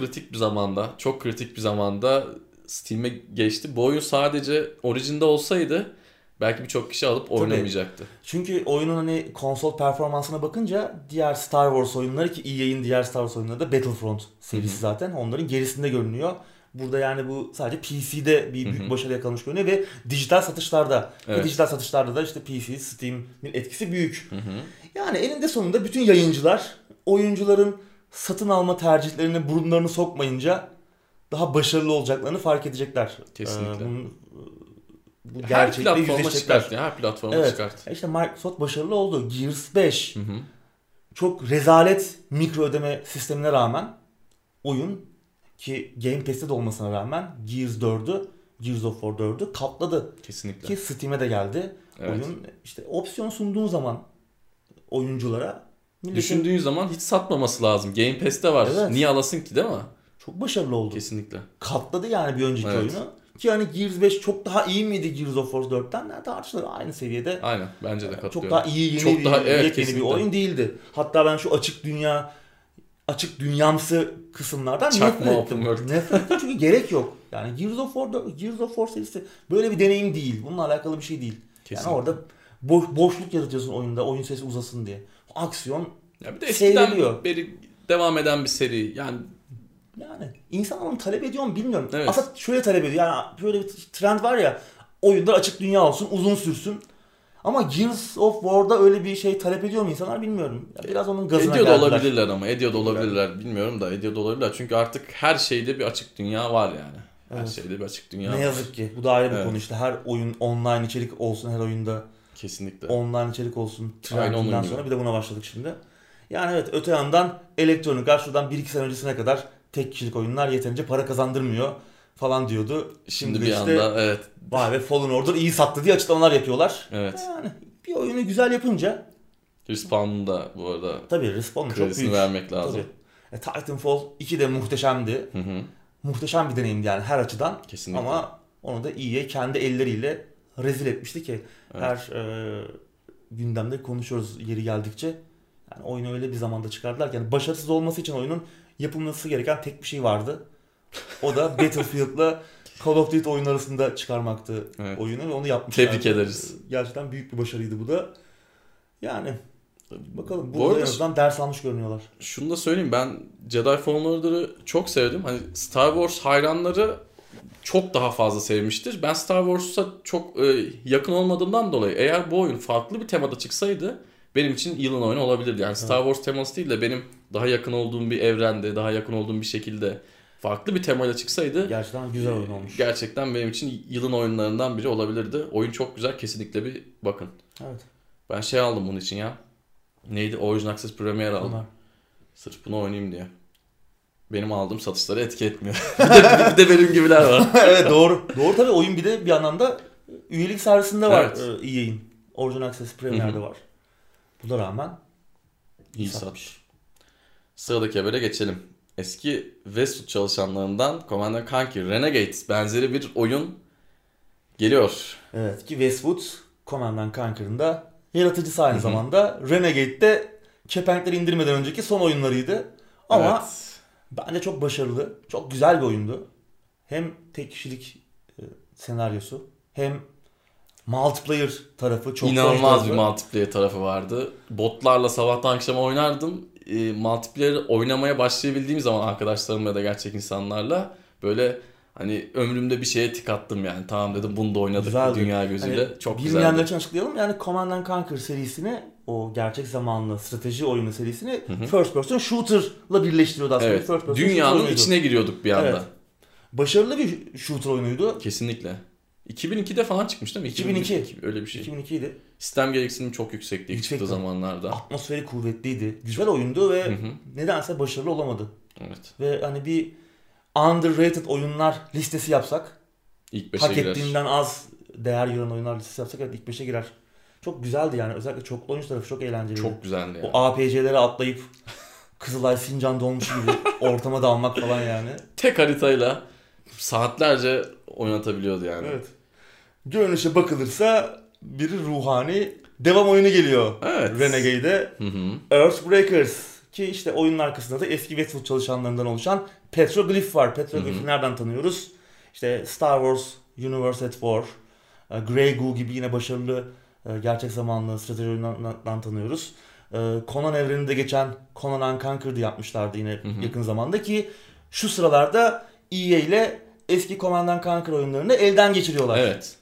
[SPEAKER 2] kritik bir zamanda Steam'e geçti. Bu oyun sadece Origin'de olsaydı belki birçok kişi alıp oynamayacaktı.
[SPEAKER 1] Çünkü oyunun hani konsol performansına bakınca diğer Star Wars oyunları, ki EA'in diğer Star Wars oyunları da Battlefront serisi zaten onların gerisinde görünüyor. Burada yani bu sadece PC'de bir büyük başarı yakalamış görünüyor ve dijital satışlarda.
[SPEAKER 2] Evet.
[SPEAKER 1] Ve dijital satışlarda da işte PC, Steam'in etkisi büyük. Yani eninde sonunda bütün yayıncılar oyuncuların satın alma tercihlerine burunlarını sokmayınca daha başarılı olacaklarını fark edecekler.
[SPEAKER 2] Kesinlikle.
[SPEAKER 1] Bu
[SPEAKER 2] Her
[SPEAKER 1] gerçekle
[SPEAKER 2] platforma
[SPEAKER 1] yüzleşecekler.
[SPEAKER 2] çıkart. Her platforma
[SPEAKER 1] Evet.
[SPEAKER 2] çıkart.
[SPEAKER 1] İşte Microsoft başarılı oldu. Gears 5 çok rezalet mikro ödeme sistemine rağmen oyun, ki Game Pass'te de olmasına rağmen Gears 4'ü, Gears of War 4'ü katladı.
[SPEAKER 2] Kesinlikle.
[SPEAKER 1] Ki Steam'e de geldi.
[SPEAKER 2] Evet.
[SPEAKER 1] Oyun işte opsiyon sunduğun zaman oyunculara,
[SPEAKER 2] Düşündüğün zaman hiç satmaması lazım. Game Pass'te var.
[SPEAKER 1] Evet.
[SPEAKER 2] Niye alasın ki, değil mi?
[SPEAKER 1] çok başarılı oldu.
[SPEAKER 2] Kesinlikle.
[SPEAKER 1] Katladı yani bir önceki
[SPEAKER 2] Evet.
[SPEAKER 1] oyunu. Ki hani Gears 5 çok daha iyi miydi Gears of War 4'ten? Yani tartışılır, aynı seviyede.
[SPEAKER 2] Aynen. Bence de katılıyorum.
[SPEAKER 1] Çok daha iyi,
[SPEAKER 2] Çok
[SPEAKER 1] yeni
[SPEAKER 2] daha-
[SPEAKER 1] bir,
[SPEAKER 2] evet,
[SPEAKER 1] yepyeni bir
[SPEAKER 2] kesinlikle.
[SPEAKER 1] oyun değildi. Hatta ben şu açık dünyamsı kısımlardan
[SPEAKER 2] Çakma
[SPEAKER 1] nefret
[SPEAKER 2] open
[SPEAKER 1] ettim.
[SPEAKER 2] world.
[SPEAKER 1] Nefret ettim çünkü gerek yok. Yani Gears of War serisi böyle bir deneyim değil. Bununla alakalı bir şey değil.
[SPEAKER 2] Kesinlikle.
[SPEAKER 1] Yani orada boşluk yaratıyorsun oyunda, oyun sesi uzasın diye. Aksiyon
[SPEAKER 2] Ya bir de eskiden
[SPEAKER 1] seyreliyor.
[SPEAKER 2] beri devam eden bir seri. Yani
[SPEAKER 1] insan onu talep ediyor mu bilmiyorum.
[SPEAKER 2] Evet.
[SPEAKER 1] Aslında şöyle talep ediyor. Yani şöyle bir trend var ya, oyunlar açık dünya olsun, uzun sürsün. Ama Gears of War'da öyle bir şey talep ediyor mu insanlar bilmiyorum. Ya biraz onun gazına
[SPEAKER 2] ediyor da
[SPEAKER 1] geldiler.
[SPEAKER 2] olabilirler ama. Ediyor da olabilirler. Bilmiyorum da ediyor da olabilirler. Çünkü artık her şeyde bir açık dünya var yani. Her
[SPEAKER 1] Evet.
[SPEAKER 2] şeyde bir açık dünya
[SPEAKER 1] Ne
[SPEAKER 2] var.
[SPEAKER 1] yazık ki. Bu da ayrı bir
[SPEAKER 2] Evet.
[SPEAKER 1] konu işte. Her oyun online içerik olsun, her oyunda
[SPEAKER 2] Kesinlikle.
[SPEAKER 1] online içerik olsun.
[SPEAKER 2] Aynen onun
[SPEAKER 1] Trendinden
[SPEAKER 2] gibi.
[SPEAKER 1] sonra bir de buna başladık şimdi. Yani evet, öte yandan Electronic Arts şuradan 1-2 sene öncesine kadar tek kişilik oyunlar yeterince para kazandırmıyor falan diyordu.
[SPEAKER 2] Şimdi
[SPEAKER 1] de
[SPEAKER 2] bir anda evet.
[SPEAKER 1] vay be, Fallen Order iyi sattı diye açıklamalar yapıyorlar.
[SPEAKER 2] Evet.
[SPEAKER 1] Yani bir oyunu güzel yapınca
[SPEAKER 2] Respawn'un da bu arada
[SPEAKER 1] tabii Respawn'un çok
[SPEAKER 2] kredisini
[SPEAKER 1] büyük.
[SPEAKER 2] vermek lazım.
[SPEAKER 1] Titanfall 2 de muhteşemdi.
[SPEAKER 2] Hı hı.
[SPEAKER 1] Muhteşem bir deneyimdi yani her açıdan.
[SPEAKER 2] Kesinlikle.
[SPEAKER 1] Ama onu da EA kendi elleriyle rezil etmişti ki.
[SPEAKER 2] Evet.
[SPEAKER 1] Her gündemde konuşuyoruz yeri geldikçe. Yani oyunu öyle bir zamanda çıkardılar ki yani başarısız olması için oyunun yapılması gereken tek bir şey vardı. O da Battlefield'la Call of Duty oyun arasında çıkarmaktı
[SPEAKER 2] Evet.
[SPEAKER 1] oyunu ve onu yapmışlar.
[SPEAKER 2] Tebrik ederiz.
[SPEAKER 1] Gerçekten büyük bir başarıydı bu da. Yani bakalım,
[SPEAKER 2] Bu
[SPEAKER 1] burada
[SPEAKER 2] arada
[SPEAKER 1] en azından ders almış görünüyorlar.
[SPEAKER 2] şunu da söyleyeyim, ben Jedi Fallen Order'ı çok sevdim. Hani Star Wars hayranları çok daha fazla sevmiştir. Ben Star Wars'a çok yakın olmadığımdan dolayı eğer bu oyun farklı bir temada çıksaydı benim için yılın oyunu olabilirdi. Yani Star Wars teması değil de benim daha yakın olduğum bir evrende, daha yakın olduğum bir şekilde farklı bir temayla çıksaydı
[SPEAKER 1] Gerçekten güzel oyun olmuş.
[SPEAKER 2] gerçekten benim için yılın oyunlarından biri olabilirdi. Oyun çok güzel, kesinlikle bir bakın.
[SPEAKER 1] Evet.
[SPEAKER 2] Ben şey aldım bunun için ya. Neydi? Origin Access Premier aldım.
[SPEAKER 1] Bunlar.
[SPEAKER 2] Sırf bunu oynayayım diye. Benim aldığım satışları etki etmiyor. bir de benim gibiler var.
[SPEAKER 1] Evet, doğru. Doğru tabii, oyun bir de bir yandan da üyelik servisinde var
[SPEAKER 2] Evet.
[SPEAKER 1] EA'in. Origin Access Premier'de var. Buna rağmen
[SPEAKER 2] İyi
[SPEAKER 1] satmış.
[SPEAKER 2] satmış. Sıradaki habere geçelim. Eski Westwood çalışanlarından Command & Conquer Renegade benzeri bir oyun geliyor.
[SPEAKER 1] Evet, ki Westwood Command & Conquer'ın da yaratıcısı aynı zamanda. Renegade'de kepenkleri indirmeden önceki son oyunlarıydı. Ama
[SPEAKER 2] Evet.
[SPEAKER 1] bence çok başarılı, çok güzel bir oyundu. Hem tek kişilik senaryosu hem multiplayer tarafı çok
[SPEAKER 2] İnanılmaz bir multiplayer tarafı vardı. Botlarla sabahtan akşama oynardım. Multiplayer oynamaya başlayabildiğim zaman arkadaşlarımla da gerçek insanlarla böyle hani ömrümde bir şeye tik attım yani. Tamam dedim, bunu da oynadık
[SPEAKER 1] güzeldi.
[SPEAKER 2] dünya gözüyle.
[SPEAKER 1] Hani
[SPEAKER 2] çok
[SPEAKER 1] bilmeyenler
[SPEAKER 2] güzeldi.
[SPEAKER 1] için açıklayalım. Yani Command & Conquer serisini, o gerçek zamanlı strateji oyunu serisini first person shooter'la birleştiriyordu aslında.
[SPEAKER 2] Evet.
[SPEAKER 1] First person shooter
[SPEAKER 2] Dünyanın
[SPEAKER 1] oyunuydu.
[SPEAKER 2] içine giriyorduk bir anda.
[SPEAKER 1] Evet. Başarılı bir shooter oyunuydu.
[SPEAKER 2] Kesinlikle. 2002'de falan çıkmış değil mi?
[SPEAKER 1] 2002.
[SPEAKER 2] Öyle bir şey.
[SPEAKER 1] 2002 idi.
[SPEAKER 2] Sistem gereksinimi çok yüksekti ilk
[SPEAKER 1] Yüksekti.
[SPEAKER 2] çıktığı zamanlarda.
[SPEAKER 1] Atmosferi kuvvetliydi. Güzel oyundu ve nedense başarılı olamadı.
[SPEAKER 2] Evet.
[SPEAKER 1] Ve hani bir underrated oyunlar listesi yapsak,
[SPEAKER 2] İlk 5'e
[SPEAKER 1] hak
[SPEAKER 2] girer.
[SPEAKER 1] ettiğinden az değer gören oyunlar listesi yapsak, evet ilk 5'e girer. Çok güzeldi yani. Özellikle çoklu oyuncu tarafı çok eğlenceliydi.
[SPEAKER 2] Çok güzeldi yani.
[SPEAKER 1] O APC'lere atlayıp Kızılay Sincan dolmuşu gibi ortama dalmak falan yani.
[SPEAKER 2] Tek haritayla saatlerce oynatabiliyordu yani.
[SPEAKER 1] Evet. Görünüşe bakılırsa bir ruhani devam oyunu geliyor.
[SPEAKER 2] Evet.
[SPEAKER 1] Renegade'de. Earthbreakers. Ki işte oyunun arkasında da eski Westwood çalışanlarından oluşan Petroglyph var. Petroglyph'i nereden tanıyoruz? İşte Star Wars Universe at War, Grey Goo gibi yine başarılı gerçek zamanlı strateji oyunlarından tanıyoruz. Conan evreninde geçen Conan Unconquered'ı yapmışlardı yine yakın zamanda ki şu sıralarda EA ile eski Command & Conquer oyunlarını elden geçiriyorlar.
[SPEAKER 2] Evet.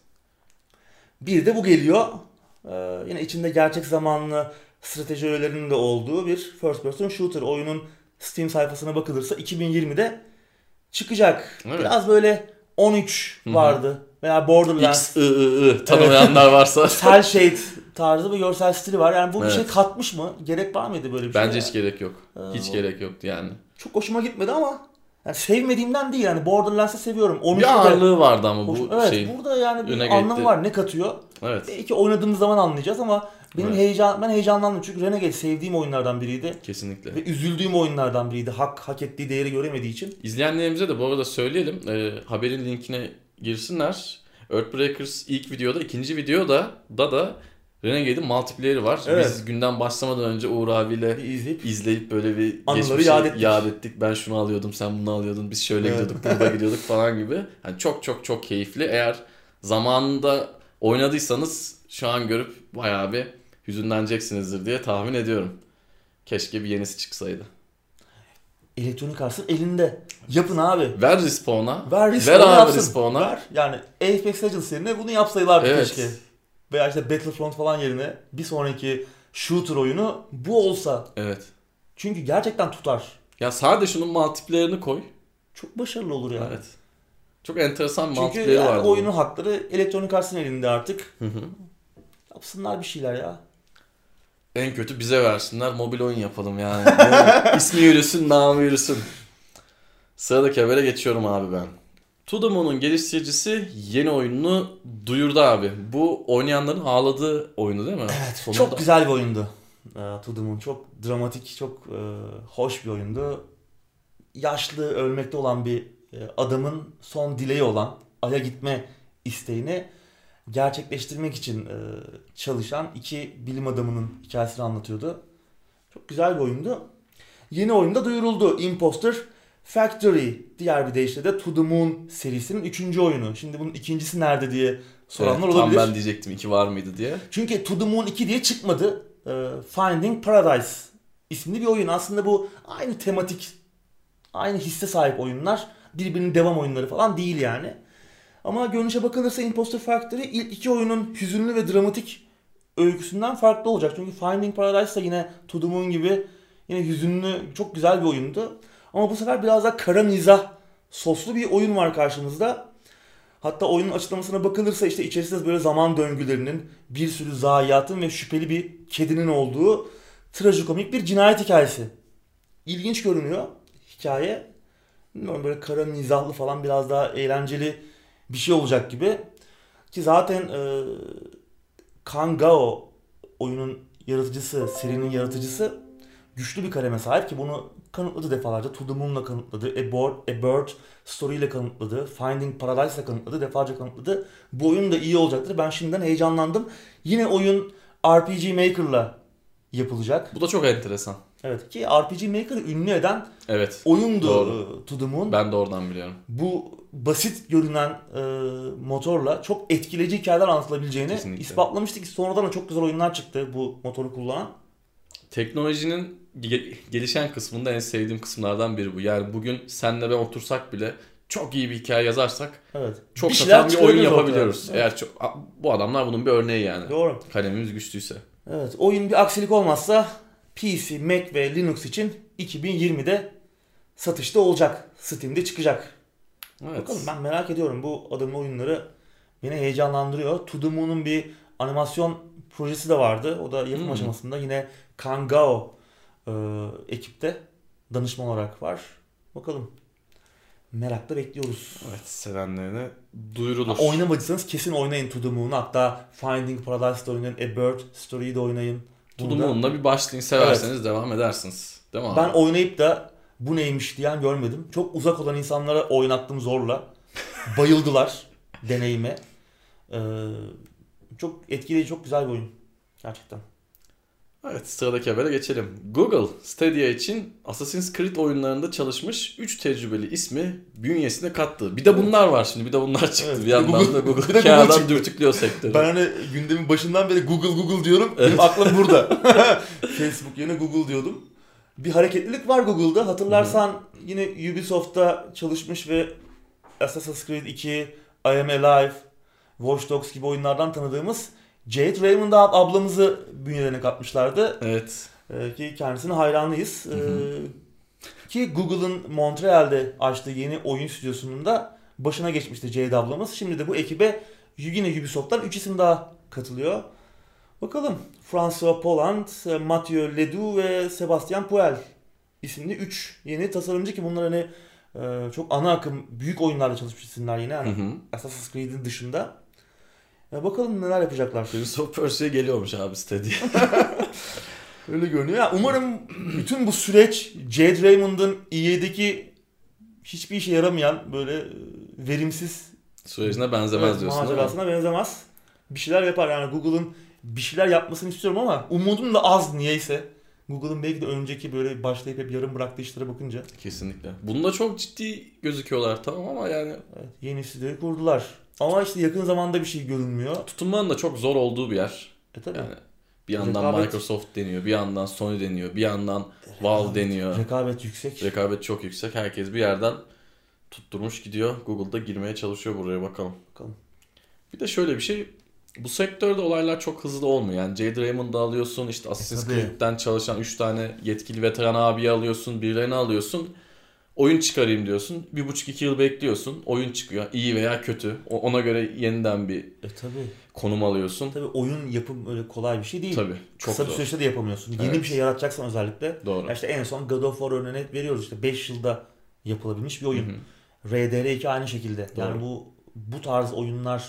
[SPEAKER 1] Bir de bu geliyor. Yine içinde gerçek zamanlı strateji öğelerinin de olduğu bir first person shooter. Oyunun Steam sayfasına bakılırsa 2020'de çıkacak.
[SPEAKER 2] Evet.
[SPEAKER 1] Biraz böyle 13 vardı. Veya Borderlands.
[SPEAKER 2] Tanımayanlar varsa.
[SPEAKER 1] Cell shade tarzı bir görsel stili var. Yani bu bir
[SPEAKER 2] Evet.
[SPEAKER 1] şey katmış mı? Gerek var mıydı böyle bir şey?
[SPEAKER 2] Bence hiç gerek yok. Hiç gerek yoktu yani.
[SPEAKER 1] Çok hoşuma gitmedi ama yani sevmediğimden değil yani Borderlands'ı seviyorum.
[SPEAKER 2] Bir ağırlığı vardı ama bu
[SPEAKER 1] evet,
[SPEAKER 2] şeyin.
[SPEAKER 1] burada yani bir
[SPEAKER 2] öne
[SPEAKER 1] anlamı
[SPEAKER 2] gitti.
[SPEAKER 1] var. Ne katıyor?
[SPEAKER 2] Evet.
[SPEAKER 1] Belki oynadığımız zaman anlayacağız ama benim
[SPEAKER 2] Evet.
[SPEAKER 1] ben heyecanlandım çünkü Renegade sevdiğim oyunlardan biriydi.
[SPEAKER 2] Kesinlikle.
[SPEAKER 1] Ve üzüldüğüm oyunlardan biriydi. Hak ettiği değeri göremediği için.
[SPEAKER 2] İzleyenlerimize de bu arada söyleyelim. Haberin linkine girsinler. Earthbreakers ilk videoda, ikinci videoda da Renegade'in multiplayer'i var.
[SPEAKER 1] Evet.
[SPEAKER 2] Biz günden başlamadan önce Uğur abiyle
[SPEAKER 1] Bir
[SPEAKER 2] izleyip böyle bir
[SPEAKER 1] anıları
[SPEAKER 2] geçmişi
[SPEAKER 1] yad ettik.
[SPEAKER 2] Ben şunu alıyordum, sen bunu alıyordun. Biz şöyle
[SPEAKER 1] Evet.
[SPEAKER 2] gidiyorduk, burada gidiyorduk falan gibi. Yani çok keyifli. Eğer zamanında oynadıysanız şu an görüp bayağı bir hüzünleneceksinizdir diye tahmin ediyorum. Keşke bir yenisi çıksaydı.
[SPEAKER 1] Electronic Arts'ın elinde. Yapın abi.
[SPEAKER 2] Ver Respawn'a.
[SPEAKER 1] Ver
[SPEAKER 2] abi
[SPEAKER 1] yapsın.
[SPEAKER 2] Respawn'a.
[SPEAKER 1] Ver. Yani Apex Legends yerine bunu yapsaylardı
[SPEAKER 2] Evet.
[SPEAKER 1] keşke. Veya işte Battlefront falan yerine bir sonraki shooter oyunu bu olsa.
[SPEAKER 2] Evet.
[SPEAKER 1] Çünkü gerçekten tutar.
[SPEAKER 2] Ya sadece şunun multiplayer'ını koy.
[SPEAKER 1] Çok başarılı olur yani.
[SPEAKER 2] Evet. Çok enteresan bir
[SPEAKER 1] Çünkü
[SPEAKER 2] multiplayer'ı
[SPEAKER 1] yani
[SPEAKER 2] vardı.
[SPEAKER 1] oyunun hakları Electronic Arts'ın elinde artık.
[SPEAKER 2] Hı hı.
[SPEAKER 1] Yapsınlar bir şeyler ya.
[SPEAKER 2] En kötü bize versinler, mobil oyun yapalım yani. İsmi yürüsün, namı yürüsün. Sıradaki habere geçiyorum abi ben. To The Moon'un geliştiricisi yeni oyununu duyurdu abi. Bu oynayanların ağladığı oyunu değil mi?
[SPEAKER 1] Evet,
[SPEAKER 2] Sonunda...
[SPEAKER 1] çok güzel bir oyundu. To The Moon çok dramatik, çok hoş bir oyundu. Yaşlı, ölmekte olan bir adamın son dileği olan Ay'a gitme isteğini gerçekleştirmek için çalışan iki bilim adamının hikayesini anlatıyordu. Çok güzel bir oyundu. Yeni oyunda duyuruldu. Imposter Factory. Diğer bir deyişle de To The Moon serisinin 3. oyunu. Şimdi bunun ikincisi nerede diye soranlar olabilir.
[SPEAKER 2] Tam ben diyecektim 2 var mıydı diye.
[SPEAKER 1] Çünkü To The Moon 2 diye çıkmadı. Finding Paradise isimli bir oyun. Aslında bu aynı tematik, aynı hisse sahip oyunlar. Birbirinin devam oyunları falan değil yani. Ama görünüşe bakılırsa Imposter Factory ilk iki oyunun hüzünlü ve dramatik öyküsünden farklı olacak. Çünkü Finding Paradise da yine To The Moon gibi yine hüzünlü, çok güzel bir oyundu. Ama bu sefer biraz daha kara mizah soslu bir oyun var karşımızda. Hatta oyunun açıklamasına bakılırsa işte içerisinde böyle zaman döngülerinin, bir sürü zayiatın ve şüpheli bir kedinin olduğu trajikomik bir cinayet hikayesi. İlginç görünüyor hikaye. Bilmiyorum, böyle kara mizahlı falan, biraz daha eğlenceli bir şey olacak gibi. Ki zaten Kangao oyunun yaratıcısı, serinin yaratıcısı güçlü bir kaleme sahip ki bunu kanıtladı defalarca. To The Moon'la kanıtladı, A Bird Story ile kanıtladı, Finding Paradise ile kanıtladı, defalarca kanıtladı. Bu oyun da iyi olacaktır. Ben şimdiden heyecanlandım. Yine oyun RPG Maker'la yapılacak.
[SPEAKER 2] Bu da çok enteresan.
[SPEAKER 1] Evet, ki RPG Maker'ı ünlü eden
[SPEAKER 2] Evet.
[SPEAKER 1] oyundu
[SPEAKER 2] Doğru.
[SPEAKER 1] To The Moon.
[SPEAKER 2] Ben de oradan biliyorum.
[SPEAKER 1] Bu basit görünen motorla çok etkileyici hikayeler anlatılabileceğini
[SPEAKER 2] Kesinlikle.
[SPEAKER 1] ispatlamıştık. Sonradan da çok güzel oyunlar çıktı bu motoru kullanan.
[SPEAKER 2] Teknolojinin gelişen kısmında en sevdiğim kısımlardan biri bu. Yani bugün senle ben otursak bile çok iyi bir hikaye yazarsak
[SPEAKER 1] Evet.
[SPEAKER 2] çok
[SPEAKER 1] Bir
[SPEAKER 2] satan bir oyun
[SPEAKER 1] çıkarabiliriz
[SPEAKER 2] yapabiliyoruz.
[SPEAKER 1] ortaya.
[SPEAKER 2] Eğer bu adamlar bunun bir örneği yani.
[SPEAKER 1] Doğru.
[SPEAKER 2] Kalemimiz güçlüyse.
[SPEAKER 1] Evet, oyun bir aksilik olmazsa PC, Mac ve Linux için 2020'de satışta olacak. Steam'de çıkacak.
[SPEAKER 2] Evet.
[SPEAKER 1] Bakalım, ben merak ediyorum. Bu adamın oyunları beni heyecanlandırıyor. To The Moon'un bir animasyon projesi de vardı. O da yapım aşamasında. Yine Kangao ekipte danışman olarak var. Bakalım. Merakla bekliyoruz.
[SPEAKER 2] Evet, sevenlerine duyurulur.
[SPEAKER 1] Oynamadıysanız kesin oynayın To The Moon'u. Hatta Finding Paradise'da oynayın. A Bird Story'yi de oynayın.
[SPEAKER 2] To The Moon'la bir başlayın, severseniz devam edersiniz. Değil mi abi?
[SPEAKER 1] Ben oynayıp da bu neymiş diyen görmedim. Çok uzak olan insanlara oynattım zorla. Bayıldılar deneyime. Çok etkileyici, çok güzel bir oyun. Gerçekten.
[SPEAKER 2] Evet, sıradaki habere geçelim. Google, Stadia için Assassin's Creed oyunlarında çalışmış 3 tecrübeli ismi bünyesine kattı. Bir de bunlar var şimdi, bir de bunlar çıktı.
[SPEAKER 1] Evet,
[SPEAKER 2] bir yandan da Google
[SPEAKER 1] bir de
[SPEAKER 2] kenardan
[SPEAKER 1] çıktı.
[SPEAKER 2] dürtüklüyor sektörü.
[SPEAKER 1] Ben hani gündemin başından beri Google diyorum. Benim aklım burada. Facebook yerine Google diyordum. Bir hareketlilik var Google'da. Hatırlarsan yine Ubisoft'ta çalışmış ve Assassin's Creed 2, I Am Alive, Watch Dogs gibi oyunlardan tanıdığımız Jade Raymond ablamızı bünyelerine katmışlardı.
[SPEAKER 2] Evet.
[SPEAKER 1] Ki kendisine hayranlıyız. Ki Google'ın Montreal'de açtığı yeni oyun stüdyosunun da başına geçmişti Jade ablamız. Şimdi de bu ekibe yine Ubisoft'tan 3 isim daha katılıyor. Bakalım. François Polland, Mathieu Ledoux ve Sébastien Puel isimli 3 yeni tasarımcı ki bunlar hani çok ana akım büyük oyunlarda çalışmış isimler yine. Yani Assassin's Creed'in dışında. Bakalım neler yapacaklar.
[SPEAKER 2] Prince of Persia geliyormuş abi Stadia.
[SPEAKER 1] Öyle görünüyor. Yani umarım bütün bu süreç Jade Raymond'ın EA'deki hiçbir işe yaramayan böyle verimsiz
[SPEAKER 2] sürecine benzemez diyorsun.
[SPEAKER 1] Macerasına benzemez. Bir şeyler yapar yani Google'ın bir şeyler yapmasını istiyorum ama umudum da az niyeyse. Google'ın belki de önceki böyle başlayıp hep yarım bıraktığı işlere bakınca.
[SPEAKER 2] Kesinlikle. Bunda çok ciddi gözüküyorlar tamam ama yani.
[SPEAKER 1] Evet, yeni stüdyoyu kurdular. Ama işte yakın zamanda bir şey görünmüyor.
[SPEAKER 2] Tutunmanın da çok zor olduğu bir yer.
[SPEAKER 1] Tabii.
[SPEAKER 2] Yani bir yandan Microsoft deniyor, bir yandan Sony deniyor, bir yandan Valve deniyor.
[SPEAKER 1] Rekabet yüksek.
[SPEAKER 2] Rekabet çok yüksek. Herkes bir yerden tutturmuş gidiyor. Google'da girmeye çalışıyor buraya bakalım. Bir de şöyle bir şey. Bu sektörde olaylar çok hızlı olmuyor. Yani Jade Raymond'ı alıyorsun, işte Assassin's Creed'den çalışan 3 tane yetkili veteran abiyi alıyorsun, birilerini alıyorsun. Oyun çıkarayım diyorsun. 1,5-2 yıl bekliyorsun. Oyun çıkıyor. İyi veya kötü. Ona göre yeniden bir konum alıyorsun.
[SPEAKER 1] Tabii oyun yapım öyle kolay bir şey değil.
[SPEAKER 2] Tabii. Çok
[SPEAKER 1] kısa bir
[SPEAKER 2] zor.
[SPEAKER 1] süreçte de yapamıyorsun. Yeni bir şey yaratacaksan özellikle.
[SPEAKER 2] Doğru.
[SPEAKER 1] Ya işte en son God of War örneğini veriyoruz işte 5 yılda yapılabilmiş bir oyun. RDR2 aynı şekilde.
[SPEAKER 2] Doğru.
[SPEAKER 1] Yani bu tarz oyunlar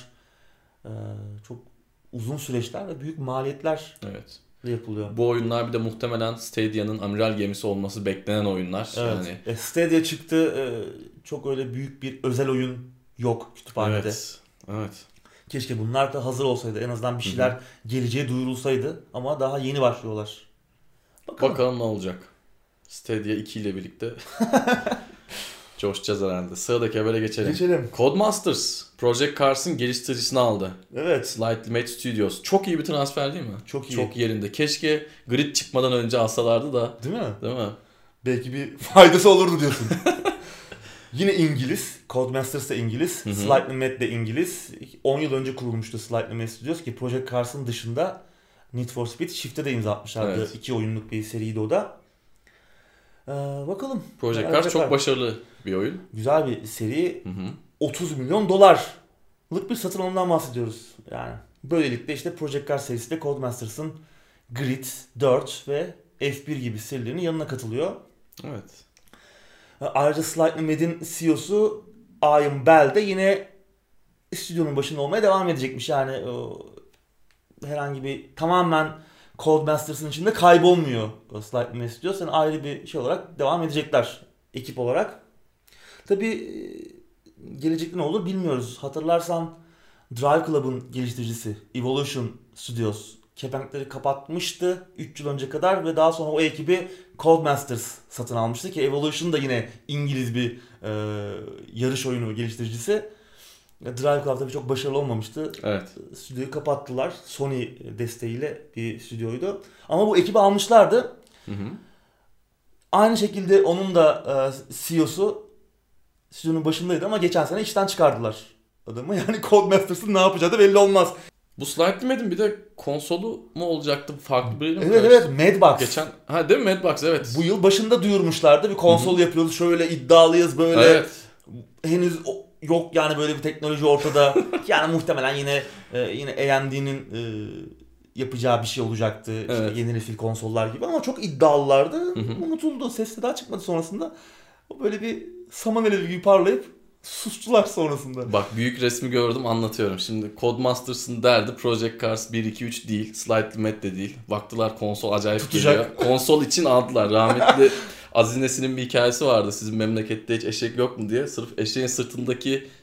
[SPEAKER 1] çok uzun süreçler ve büyük maliyetler yapılıyor.
[SPEAKER 2] Bu oyunlar bir de muhtemelen Stadia'nın amiral gemisi olması beklenen oyunlar.
[SPEAKER 1] Evet.
[SPEAKER 2] Yani.
[SPEAKER 1] Stadia çıktı. Çok öyle büyük bir özel oyun yok kütüphanede.
[SPEAKER 2] Evet.
[SPEAKER 1] Keşke bunlar da hazır olsaydı. En azından bir şeyler geleceğe duyurulsaydı. Ama daha yeni başlıyorlar.
[SPEAKER 2] Bakalım ne olacak. Stadia 2 ile birlikte coşacağız herhalde. Sıradaki habere geçelim. Codemasters, Project Cars'ın geliştiricisini aldı.
[SPEAKER 1] Evet.
[SPEAKER 2] Slightly Made Studios. Çok iyi bir transfer değil mi?
[SPEAKER 1] Çok iyi.
[SPEAKER 2] Çok yerinde. Keşke Grid çıkmadan önce alsalardı da.
[SPEAKER 1] Değil mi?
[SPEAKER 2] Değil mi?
[SPEAKER 1] Belki bir faydası olurdu diyorsun. Yine İngiliz. Codemasters da İngiliz. Slightly Made de İngiliz. 10 yıl önce kurulmuştu Slightly Made Studios ki Project Cars'ın dışında Need for Speed Shift'e de imza atmışlardı.
[SPEAKER 2] Evet.
[SPEAKER 1] 2 oyunluk bir seriydi o da. Bakalım.
[SPEAKER 2] Project Cars çok başarılı bir oyun.
[SPEAKER 1] Güzel bir seri. 30 milyon dolarlık bir satın alımdan bahsediyoruz. Yani böylelikle işte Project Cars serisi de Codemasters'ın Grid, Dirt ve F1 gibi serilerinin yanına katılıyor.
[SPEAKER 2] Evet.
[SPEAKER 1] Ayrıca Slightly Made'in CEO'su Ian Bell de yine stüdyonun başında olmaya devam edecekmiş. Yani herhangi bir tamamen Codemasters'ın içinde kaybolmuyor Slightly Made Studios. Yani ayrı bir şey olarak devam edecekler ekip olarak. Tabii gelecekte ne olur bilmiyoruz. Hatırlarsan Drive Club'ın geliştiricisi Evolution Studios kepenkleri kapatmıştı 3 yıl önce kadar ve daha sonra o ekibi Codemasters satın almıştı ki Evolution da yine İngiliz bir yarış oyunu geliştiricisi. Drive Club tabii çok başarılı olmamıştı.
[SPEAKER 2] Evet.
[SPEAKER 1] Stüdyoyu kapattılar. Sony desteğiyle bir stüdyoydu. Ama bu ekibi almışlardı. Aynı şekilde onun da CEO'su stüdyonun başındaydı ama geçen sene işten çıkardılar adamı. Yani Codemasters'ın ne yapacağı da belli olmaz.
[SPEAKER 2] Bu Slightly Made'in bir de konsolu mu olacaktı? Farklı biriyle mi?
[SPEAKER 1] Evet Madbox.
[SPEAKER 2] Değil mi Madbox evet.
[SPEAKER 1] Bu yıl başında duyurmuşlardı. Bir konsol yapıyoruz. Şöyle iddialıyız böyle. Henüz yok yani böyle bir teknoloji ortada. Yani muhtemelen yine AMD'nin yapacağı bir şey olacaktı. İşte yeni nesil konsollar gibi ama çok iddialılardı. Unutuldu. Ses daha çıkmadı sonrasında. O böyle bir saman alevi gibi parlayıp sustular sonrasında.
[SPEAKER 2] Bak büyük resmi gördüm anlatıyorum. Şimdi Codemasters'ın derdi Project Cars 1, 2, 3 değil. Slightly Made de değil. Baktılar konsol acayip
[SPEAKER 1] tutacak.
[SPEAKER 2] Geliyor. Konsol için aldılar. Rahmetli Aziz Nesin'in bir hikayesi vardı. Sizin memlekette hiç eşek yok mu diye. Sırf eşeğin sırtındaki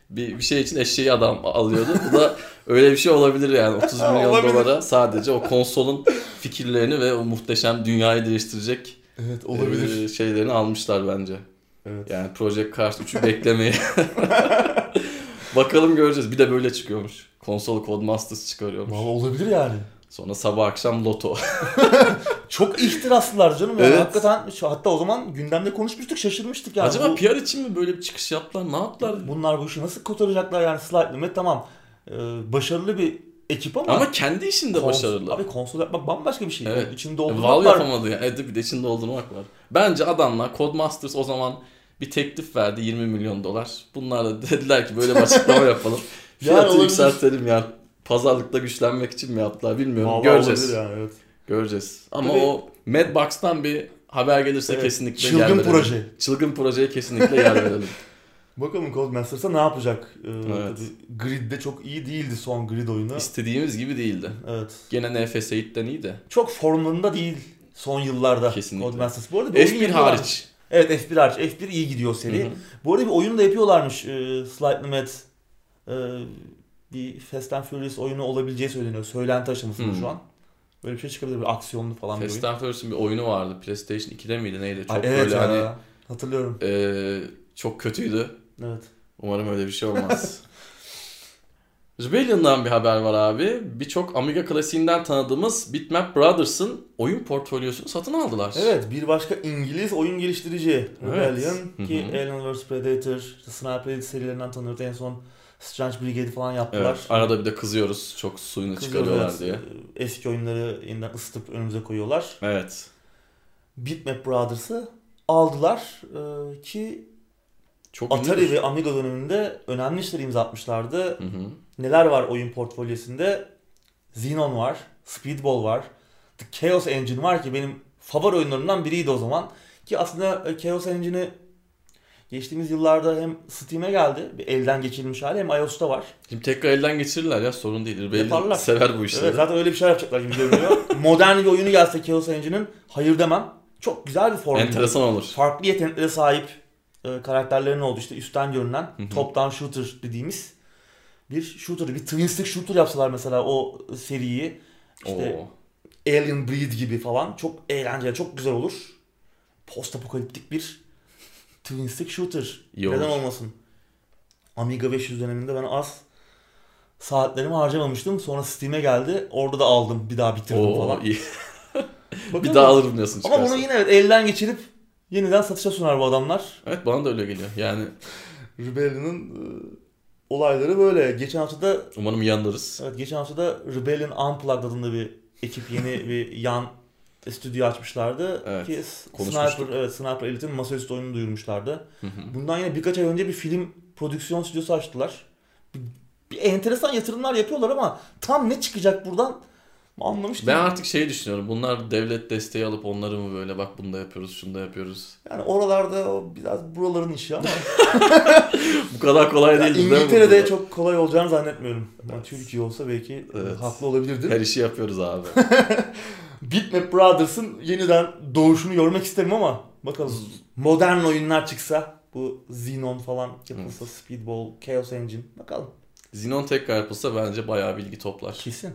[SPEAKER 2] bir şey için eşeği adam alıyordu. Bu da öyle bir şey olabilir yani. 30 milyon
[SPEAKER 1] Olabilir.
[SPEAKER 2] dolara sadece o konsolun fikirlerini ve o muhteşem dünyayı değiştirecek
[SPEAKER 1] Evet, olabilir.
[SPEAKER 2] şeylerini almışlar bence.
[SPEAKER 1] Evet.
[SPEAKER 2] Yani Project Cars 3'ü beklemeyi. Bakalım göreceğiz. Bir de böyle çıkıyormuş. Konsol Codemasters çıkarıyormuş.
[SPEAKER 1] Vallahi olabilir yani.
[SPEAKER 2] Sonra sabah akşam loto.
[SPEAKER 1] Çok ihtiraslılar canım yani.
[SPEAKER 2] Evet.
[SPEAKER 1] Hakikaten hatta o zaman gündemde konuşmuştuk, şaşırmıştık yani.
[SPEAKER 2] Acaba PR için mi böyle bir çıkış yaptılar? Ne yaptılar?
[SPEAKER 1] Bunlar bu işi nasıl kotaracaklar yani? Slight Limit tamam. Başarılı bir ekip ama
[SPEAKER 2] Ama kendi işinde başarılı.
[SPEAKER 1] Abi konsol yapmak bambaşka bir şey.
[SPEAKER 2] Evet.
[SPEAKER 1] Yani içinde doldurmak
[SPEAKER 2] Valve
[SPEAKER 1] var.
[SPEAKER 2] yapamadı ya. Evet, bir de içinde doldurmak var. Bence adamlar Codemasters o zaman bir teklif verdi 20 milyon dolar. Bunlar da dediler ki böyle bir açıklama yapalım. Fiyatı
[SPEAKER 1] olabilir.
[SPEAKER 2] yükseltelim yani. Pazarlıkta güçlenmek için mi yaptılar bilmiyorum.
[SPEAKER 1] Vallahi
[SPEAKER 2] Göreceğiz.
[SPEAKER 1] olabilir yani, evet.
[SPEAKER 2] Göreceğiz. Ama
[SPEAKER 1] Tabii.
[SPEAKER 2] o Madbox'tan bir haber gelirse
[SPEAKER 1] Evet,
[SPEAKER 2] kesinlikle
[SPEAKER 1] çılgın
[SPEAKER 2] yer verelim.
[SPEAKER 1] proje.
[SPEAKER 2] Çılgın projeye kesinlikle yer verelim.
[SPEAKER 1] Bakalım Codemasters'a ne yapacak?
[SPEAKER 2] Evet.
[SPEAKER 1] Tabii Grid'de çok iyi değildi son Grid oyunu.
[SPEAKER 2] İstediğimiz gibi değildi.
[SPEAKER 1] Evet.
[SPEAKER 2] Gene NFS 8'den iyiydi.
[SPEAKER 1] Çok formlarında değil son yıllarda
[SPEAKER 2] Kesinlikle.
[SPEAKER 1] Codemasters. Bu arada bir oyun
[SPEAKER 2] F1
[SPEAKER 1] yapıyorlar.
[SPEAKER 2] hariç.
[SPEAKER 1] Evet, F1 hariç. F1 iyi gidiyor seri.
[SPEAKER 2] Hı hı.
[SPEAKER 1] Bu arada bir oyun da yapıyorlarmış. Slightly Mad. Bir Fast and Furious oyunu olabileceği söyleniyor. Söylenti aşamasında şu an. Böyle bir şey çıkabilir. Bir aksiyonlu falan bir
[SPEAKER 2] Fast
[SPEAKER 1] oyun.
[SPEAKER 2] and Furious'un bir oyunu vardı. PlayStation 2'de miydi neydi? Çok
[SPEAKER 1] Ay, evet
[SPEAKER 2] böyle
[SPEAKER 1] ya.
[SPEAKER 2] hani
[SPEAKER 1] Hatırlıyorum.
[SPEAKER 2] çok kötüydü.
[SPEAKER 1] Evet.
[SPEAKER 2] Umarım öyle bir şey olmaz. Rebellion'dan bir haber var abi. Birçok Amiga klasiğinden tanıdığımız Bitmap Brothers'ın oyun portfolyosunu satın aldılar.
[SPEAKER 1] Evet, bir başka İngiliz oyun geliştirici Rebellion
[SPEAKER 2] Evet.
[SPEAKER 1] ki Alien vs Predator, işte Sniper Elite serilerinden tanıyoruz. En son Strange Brigade'i falan yaptılar.
[SPEAKER 2] Evet, arada bir de kızıyoruz. Çok suyunu
[SPEAKER 1] Kızıyoruz,
[SPEAKER 2] çıkarıyorlar
[SPEAKER 1] evet.
[SPEAKER 2] diye.
[SPEAKER 1] Eski oyunları yeniden ısıtıp önümüze koyuyorlar.
[SPEAKER 2] Evet.
[SPEAKER 1] Bitmap Brothers'ı aldılar ki
[SPEAKER 2] Çok
[SPEAKER 1] Atari
[SPEAKER 2] ünlüdür.
[SPEAKER 1] ve Amiga döneminde önemli işler imza atmışlardı.
[SPEAKER 2] Hı hı.
[SPEAKER 1] Neler var oyun portfolyosunda? Xenon var, Speedball var, The Chaos Engine var ki benim favori oyunlarımdan biriydi o zaman. Ki aslında Chaos Engine'i geçtiğimiz yıllarda hem Steam'e geldi, bir elden geçirilmiş hali, hem iOS'ta var.
[SPEAKER 2] Şimdi tekrar elden geçirirler ya, sorun değil. Rebellion
[SPEAKER 1] Yaparlar.
[SPEAKER 2] sever bu işleri.
[SPEAKER 1] Evet, zaten öyle bir şey yapacaklar gibi görünüyor. Modern bir oyunu gelse Chaos Engine'in hayır demem. Çok güzel bir formül.
[SPEAKER 2] Enteresan olur.
[SPEAKER 1] Farklı yeteneklere sahip karakterlerin olduğu, işte üstten görünen top down shooter dediğimiz bir shooter, bir twin stick shooter yapsalar mesela o seriyi, işte Alien Breed gibi falan, çok eğlenceli, çok güzel olur. Post apokaliptik bir twin stick shooter.
[SPEAKER 2] İyi
[SPEAKER 1] Neden
[SPEAKER 2] olur.
[SPEAKER 1] olmasın? Amiga 500 döneminde ben az saatlerimi harcamamıştım. Sonra Steam'e geldi. Orada da aldım. Bir daha bitirdim falan.
[SPEAKER 2] İyi.
[SPEAKER 1] Bakalım.
[SPEAKER 2] Bir daha alırım diyorsun
[SPEAKER 1] Ama
[SPEAKER 2] çıkarsa.
[SPEAKER 1] bunu yine evet, elden geçirip yeniden satışa sunar bu adamlar.
[SPEAKER 2] Evet, bana da öyle geliyor. Yani
[SPEAKER 1] Rebellion'ın olayları böyle. Geçen hafta da
[SPEAKER 2] umarım yanılırız.
[SPEAKER 1] evet, geçen hafta da Rebellion Unplugged adında bir ekip yeni bir yan stüdyo açmışlardı.
[SPEAKER 2] Evet,
[SPEAKER 1] Ki
[SPEAKER 2] konuşmuştuk.
[SPEAKER 1] Sniper Elite'in masaüstü oyununu duyurmuşlardı. Bundan yine birkaç ay önce bir film prodüksiyon stüdyosu açtılar. Bir enteresan yatırımlar yapıyorlar ama tam ne çıkacak buradan anlamış
[SPEAKER 2] Ben
[SPEAKER 1] değilim.
[SPEAKER 2] artık şeyi düşünüyorum. Bunlar devlet desteği alıp onları mı böyle bak bunu da yapıyoruz, şunu da yapıyoruz.
[SPEAKER 1] Yani oralarda o biraz buraların işi ama
[SPEAKER 2] Bu kadar kolay
[SPEAKER 1] yani
[SPEAKER 2] değil. değil mi
[SPEAKER 1] İngiltere'de
[SPEAKER 2] bu?
[SPEAKER 1] çok kolay olacağını zannetmiyorum. Yani Türkiye olsa belki
[SPEAKER 2] Evet.
[SPEAKER 1] haklı olabilirdim.
[SPEAKER 2] Her işi yapıyoruz abi.
[SPEAKER 1] Bitmap Brothers'ın yeniden doğuşunu görmek isterim ama bakalım. Modern oyunlar çıksa, bu Xenon falan yapılsa, Speedball, Chaos Engine, bakalım.
[SPEAKER 2] Xenon tekrar yapılsa bence bayağı bilgi toplar.
[SPEAKER 1] Kesin.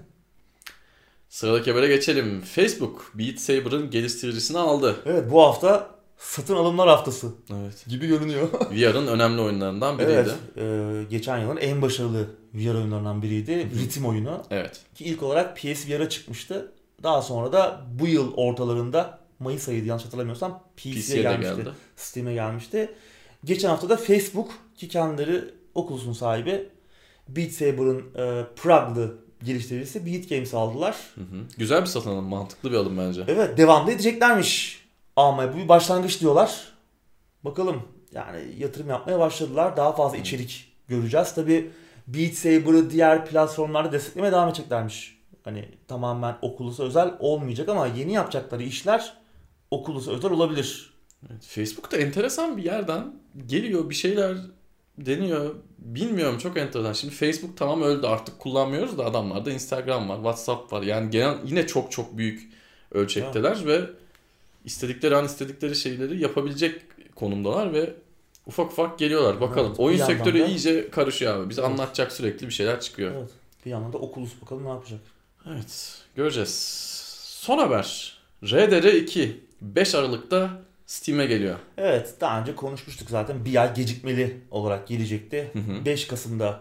[SPEAKER 2] Sıradaki habere geçelim. Facebook Beat Saber'ın geliştiricisini aldı.
[SPEAKER 1] Evet, bu hafta satın alımlar haftası
[SPEAKER 2] Evet.
[SPEAKER 1] gibi görünüyor.
[SPEAKER 2] VR'ın önemli oyunlarından biriydi.
[SPEAKER 1] Evet, geçen yılın en başarılı VR oyunlarından biriydi. Ritim oyunu.
[SPEAKER 2] Evet.
[SPEAKER 1] Ki ilk olarak PSVR'a çıkmıştı. Daha sonra da bu yıl ortalarında, Mayıs ayıydı yanlış hatırlamıyorsam, PC'ye
[SPEAKER 2] de
[SPEAKER 1] gelmişti.
[SPEAKER 2] geldi.
[SPEAKER 1] Steam'e gelmişti. Geçen hafta da Facebook, ki kendileri Oculus'un sahibi, Beat Saber'ın Prague'lı geliştiricisi Beat Games'i aldılar.
[SPEAKER 2] Güzel bir satın alım, mantıklı bir alım bence.
[SPEAKER 1] Evet, devamlı edeceklermiş. Ama bu bir başlangıç diyorlar. Bakalım, yani yatırım yapmaya başladılar. Daha fazla içerik göreceğiz. Tabii Beat Saber'ı diğer platformlarda desteklemeye devam edeceklermiş. Hani tamamen Oculus'a özel olmayacak ama yeni yapacakları işler Oculus'a özel olabilir.
[SPEAKER 2] Evet, Facebook da enteresan bir yerden geliyor, bir şeyler deniyor. Bilmiyorum, çok enteresan. Şimdi Facebook tamam öldü, artık kullanmıyoruz da adamlarda Instagram var, WhatsApp var. Yani genel yine çok çok büyük ölçekteler ve istedikleri an istedikleri şeyleri yapabilecek konumdalar ve ufak ufak geliyorlar. Bakalım.
[SPEAKER 1] Evet,
[SPEAKER 2] Oyun
[SPEAKER 1] bir yandan
[SPEAKER 2] sektörü
[SPEAKER 1] da-
[SPEAKER 2] iyice karışıyor abi. Bize
[SPEAKER 1] Evet.
[SPEAKER 2] anlatacak sürekli bir şeyler çıkıyor.
[SPEAKER 1] Evet. Bir yandan da Oculus bakalım ne yapacak.
[SPEAKER 2] Evet, göreceğiz. Son haber. RDR2 5 Aralık'ta Steam'e geliyor.
[SPEAKER 1] Evet, daha önce konuşmuştuk zaten. Bir ay gecikmeli olarak gelecekti.
[SPEAKER 2] Hı hı.
[SPEAKER 1] 5 Kasım'da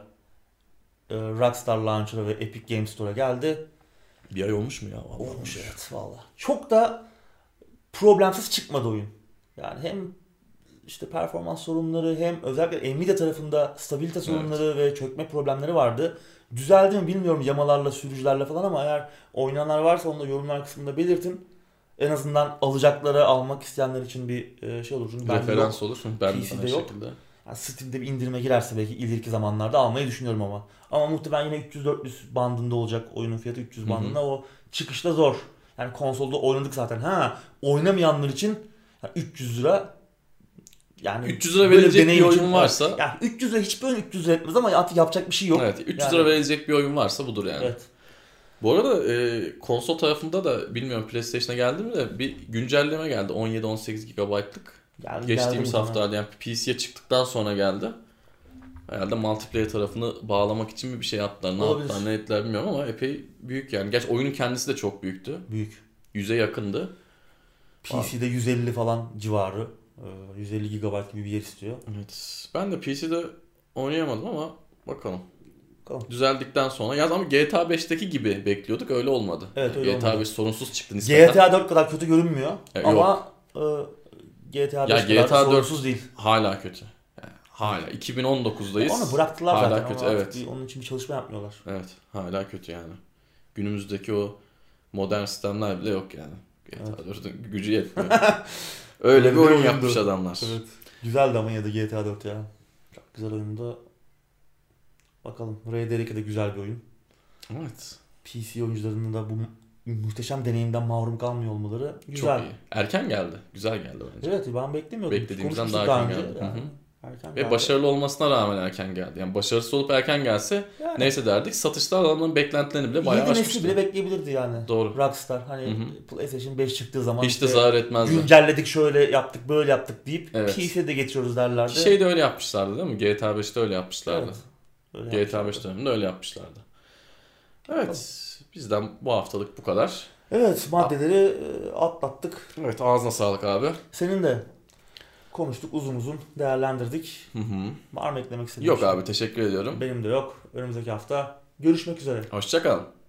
[SPEAKER 1] Rockstar Launcher'a ve Epic Games Store'a geldi.
[SPEAKER 2] Bir ay olmuş mu ya? Vallahi
[SPEAKER 1] Olmuş evet valla. Çok da problemsiz çıkmadı oyun. Yani hem işte performans sorunları hem özellikle Nvidia tarafında stabilite sorunları ve çökme problemleri vardı. Düzeldi mi bilmiyorum yamalarla, sürücülerle falan ama eğer oynayanlar varsa onu da yorumlar kısmında belirtin. En azından alacaklara, almak isteyenler için bir şey olur. Çünkü bende
[SPEAKER 2] Referans
[SPEAKER 1] yok.
[SPEAKER 2] olur. Ben de
[SPEAKER 1] PC'de
[SPEAKER 2] aynı
[SPEAKER 1] yok.
[SPEAKER 2] şekilde.
[SPEAKER 1] Yani Steam'de bir indirime girerse belki ileriki zamanlarda almayı düşünüyorum ama. Ama muhtemelen yine 300-400 bandında olacak oyunun fiyatı 300 bandında. O çıkışta zor. Yani konsolda oynadık zaten. Oynamayanlar için yani 300 lira yani
[SPEAKER 2] 300 lira
[SPEAKER 1] böyle
[SPEAKER 2] verilecek
[SPEAKER 1] deneyim
[SPEAKER 2] bir oyun
[SPEAKER 1] için-
[SPEAKER 2] varsa
[SPEAKER 1] yani 300 lira hiçbir oyun 300 lira etmez ama artık yapacak bir şey yok.
[SPEAKER 2] evet 300
[SPEAKER 1] Yani-
[SPEAKER 2] lira verilecek bir oyun varsa budur yani.
[SPEAKER 1] Evet.
[SPEAKER 2] Bu arada konsol tarafında da bilmiyorum PlayStation'a geldi mi de bir güncelleme geldi 17-18 GB'lık.
[SPEAKER 1] Yani
[SPEAKER 2] Geçtiğimiz
[SPEAKER 1] geldi
[SPEAKER 2] haftalarda yani PC'ye çıktıktan sonra geldi. Herhalde multiplayer tarafını bağlamak için mi bir şey yaptılar, ne
[SPEAKER 1] Olabilir.
[SPEAKER 2] yaptılar, ne ettiler bilmiyorum ama epey büyük yani. Gerçi oyunun kendisi de çok büyüktü.
[SPEAKER 1] büyük.
[SPEAKER 2] 100'e yakındı.
[SPEAKER 1] PC'de 150 falan civarı. 150 GB gibi bir yer istiyor.
[SPEAKER 2] Evet. Ben de PC'de oynayamadım ama bakalım.
[SPEAKER 1] Bakalım.
[SPEAKER 2] Düzeldikten sonra. Ya ama GTA 5'teki gibi bekliyorduk öyle olmadı.
[SPEAKER 1] Evet, öyle
[SPEAKER 2] GTA
[SPEAKER 1] olmadı.
[SPEAKER 2] 5 sorunsuz çıktı nispeten.
[SPEAKER 1] GTA 4 kadar kötü görünmüyor
[SPEAKER 2] Yok.
[SPEAKER 1] ama GTA 5
[SPEAKER 2] Ya
[SPEAKER 1] kadar
[SPEAKER 2] GTA
[SPEAKER 1] da
[SPEAKER 2] 4
[SPEAKER 1] sorunsuz değil.
[SPEAKER 2] hala kötü. Yani hala 2019'dayız.
[SPEAKER 1] Onu bıraktılar
[SPEAKER 2] hala
[SPEAKER 1] zaten.
[SPEAKER 2] kötü
[SPEAKER 1] Ama
[SPEAKER 2] evet.
[SPEAKER 1] artık onun için bir çalışma yapmıyorlar.
[SPEAKER 2] Evet, hala kötü yani. Günümüzdeki o modern sistemler bile yok yani. GTA 4'ün gücü yetmiyor. Öyle bir oyun
[SPEAKER 1] oyundu.
[SPEAKER 2] yapmış adamlar.
[SPEAKER 1] Evet. Güzeldi ama ya da GTA 4 ya. Çok güzel oyunda. Bakalım. RDR2 de güzel bir oyun.
[SPEAKER 2] Evet.
[SPEAKER 1] PC oyuncularının da bu muhteşem deneyimden mahrum kalmıyor olmaları güzel.
[SPEAKER 2] Çok iyi. Erken geldi. Güzel geldi bence.
[SPEAKER 1] Evet ben beklemiyordum.
[SPEAKER 2] Beklediğimizden
[SPEAKER 1] Konuşmuştuk
[SPEAKER 2] daha erken
[SPEAKER 1] önce.
[SPEAKER 2] geldi.
[SPEAKER 1] Yani.
[SPEAKER 2] Hı hı.
[SPEAKER 1] Erken
[SPEAKER 2] Ve
[SPEAKER 1] geldi.
[SPEAKER 2] başarılı olmasına rağmen erken geldi. Yani başarısız olup erken gelse
[SPEAKER 1] Yani.
[SPEAKER 2] neyse derdik. Satışta adamların beklentilerini bile bayağı
[SPEAKER 1] Yeni nesli
[SPEAKER 2] aşmıştı.
[SPEAKER 1] bile bekleyebilirdi yani.
[SPEAKER 2] Doğru.
[SPEAKER 1] Rockstar hani
[SPEAKER 2] Hı
[SPEAKER 1] PlayStation 5 çıktığı zaman
[SPEAKER 2] Hiç de zarar etmezdi.
[SPEAKER 1] güncelledik şöyle yaptık böyle yaptık deyip
[SPEAKER 2] Evet.
[SPEAKER 1] PC'de de getiriyoruz derlerdi.
[SPEAKER 2] Şey de öyle yapmışlardı değil mi? GTA 5'te öyle yapmışlardı.
[SPEAKER 1] Evet. Öyle
[SPEAKER 2] GTA
[SPEAKER 1] yapmışlardı.
[SPEAKER 2] 5 döneminde öyle yapmışlardı. Evet. Bizden bu haftalık bu kadar.
[SPEAKER 1] Evet maddeleri atlattık.
[SPEAKER 2] Evet ağzına sağlık abi.
[SPEAKER 1] Senin de konuştuk uzun uzun değerlendirdik.
[SPEAKER 2] Hı hı.
[SPEAKER 1] Var mı eklemek istediğin
[SPEAKER 2] Yok
[SPEAKER 1] bir şey?
[SPEAKER 2] abi teşekkür ediyorum.
[SPEAKER 1] Benim de yok. Önümüzdeki hafta görüşmek üzere.
[SPEAKER 2] Hoşça kal.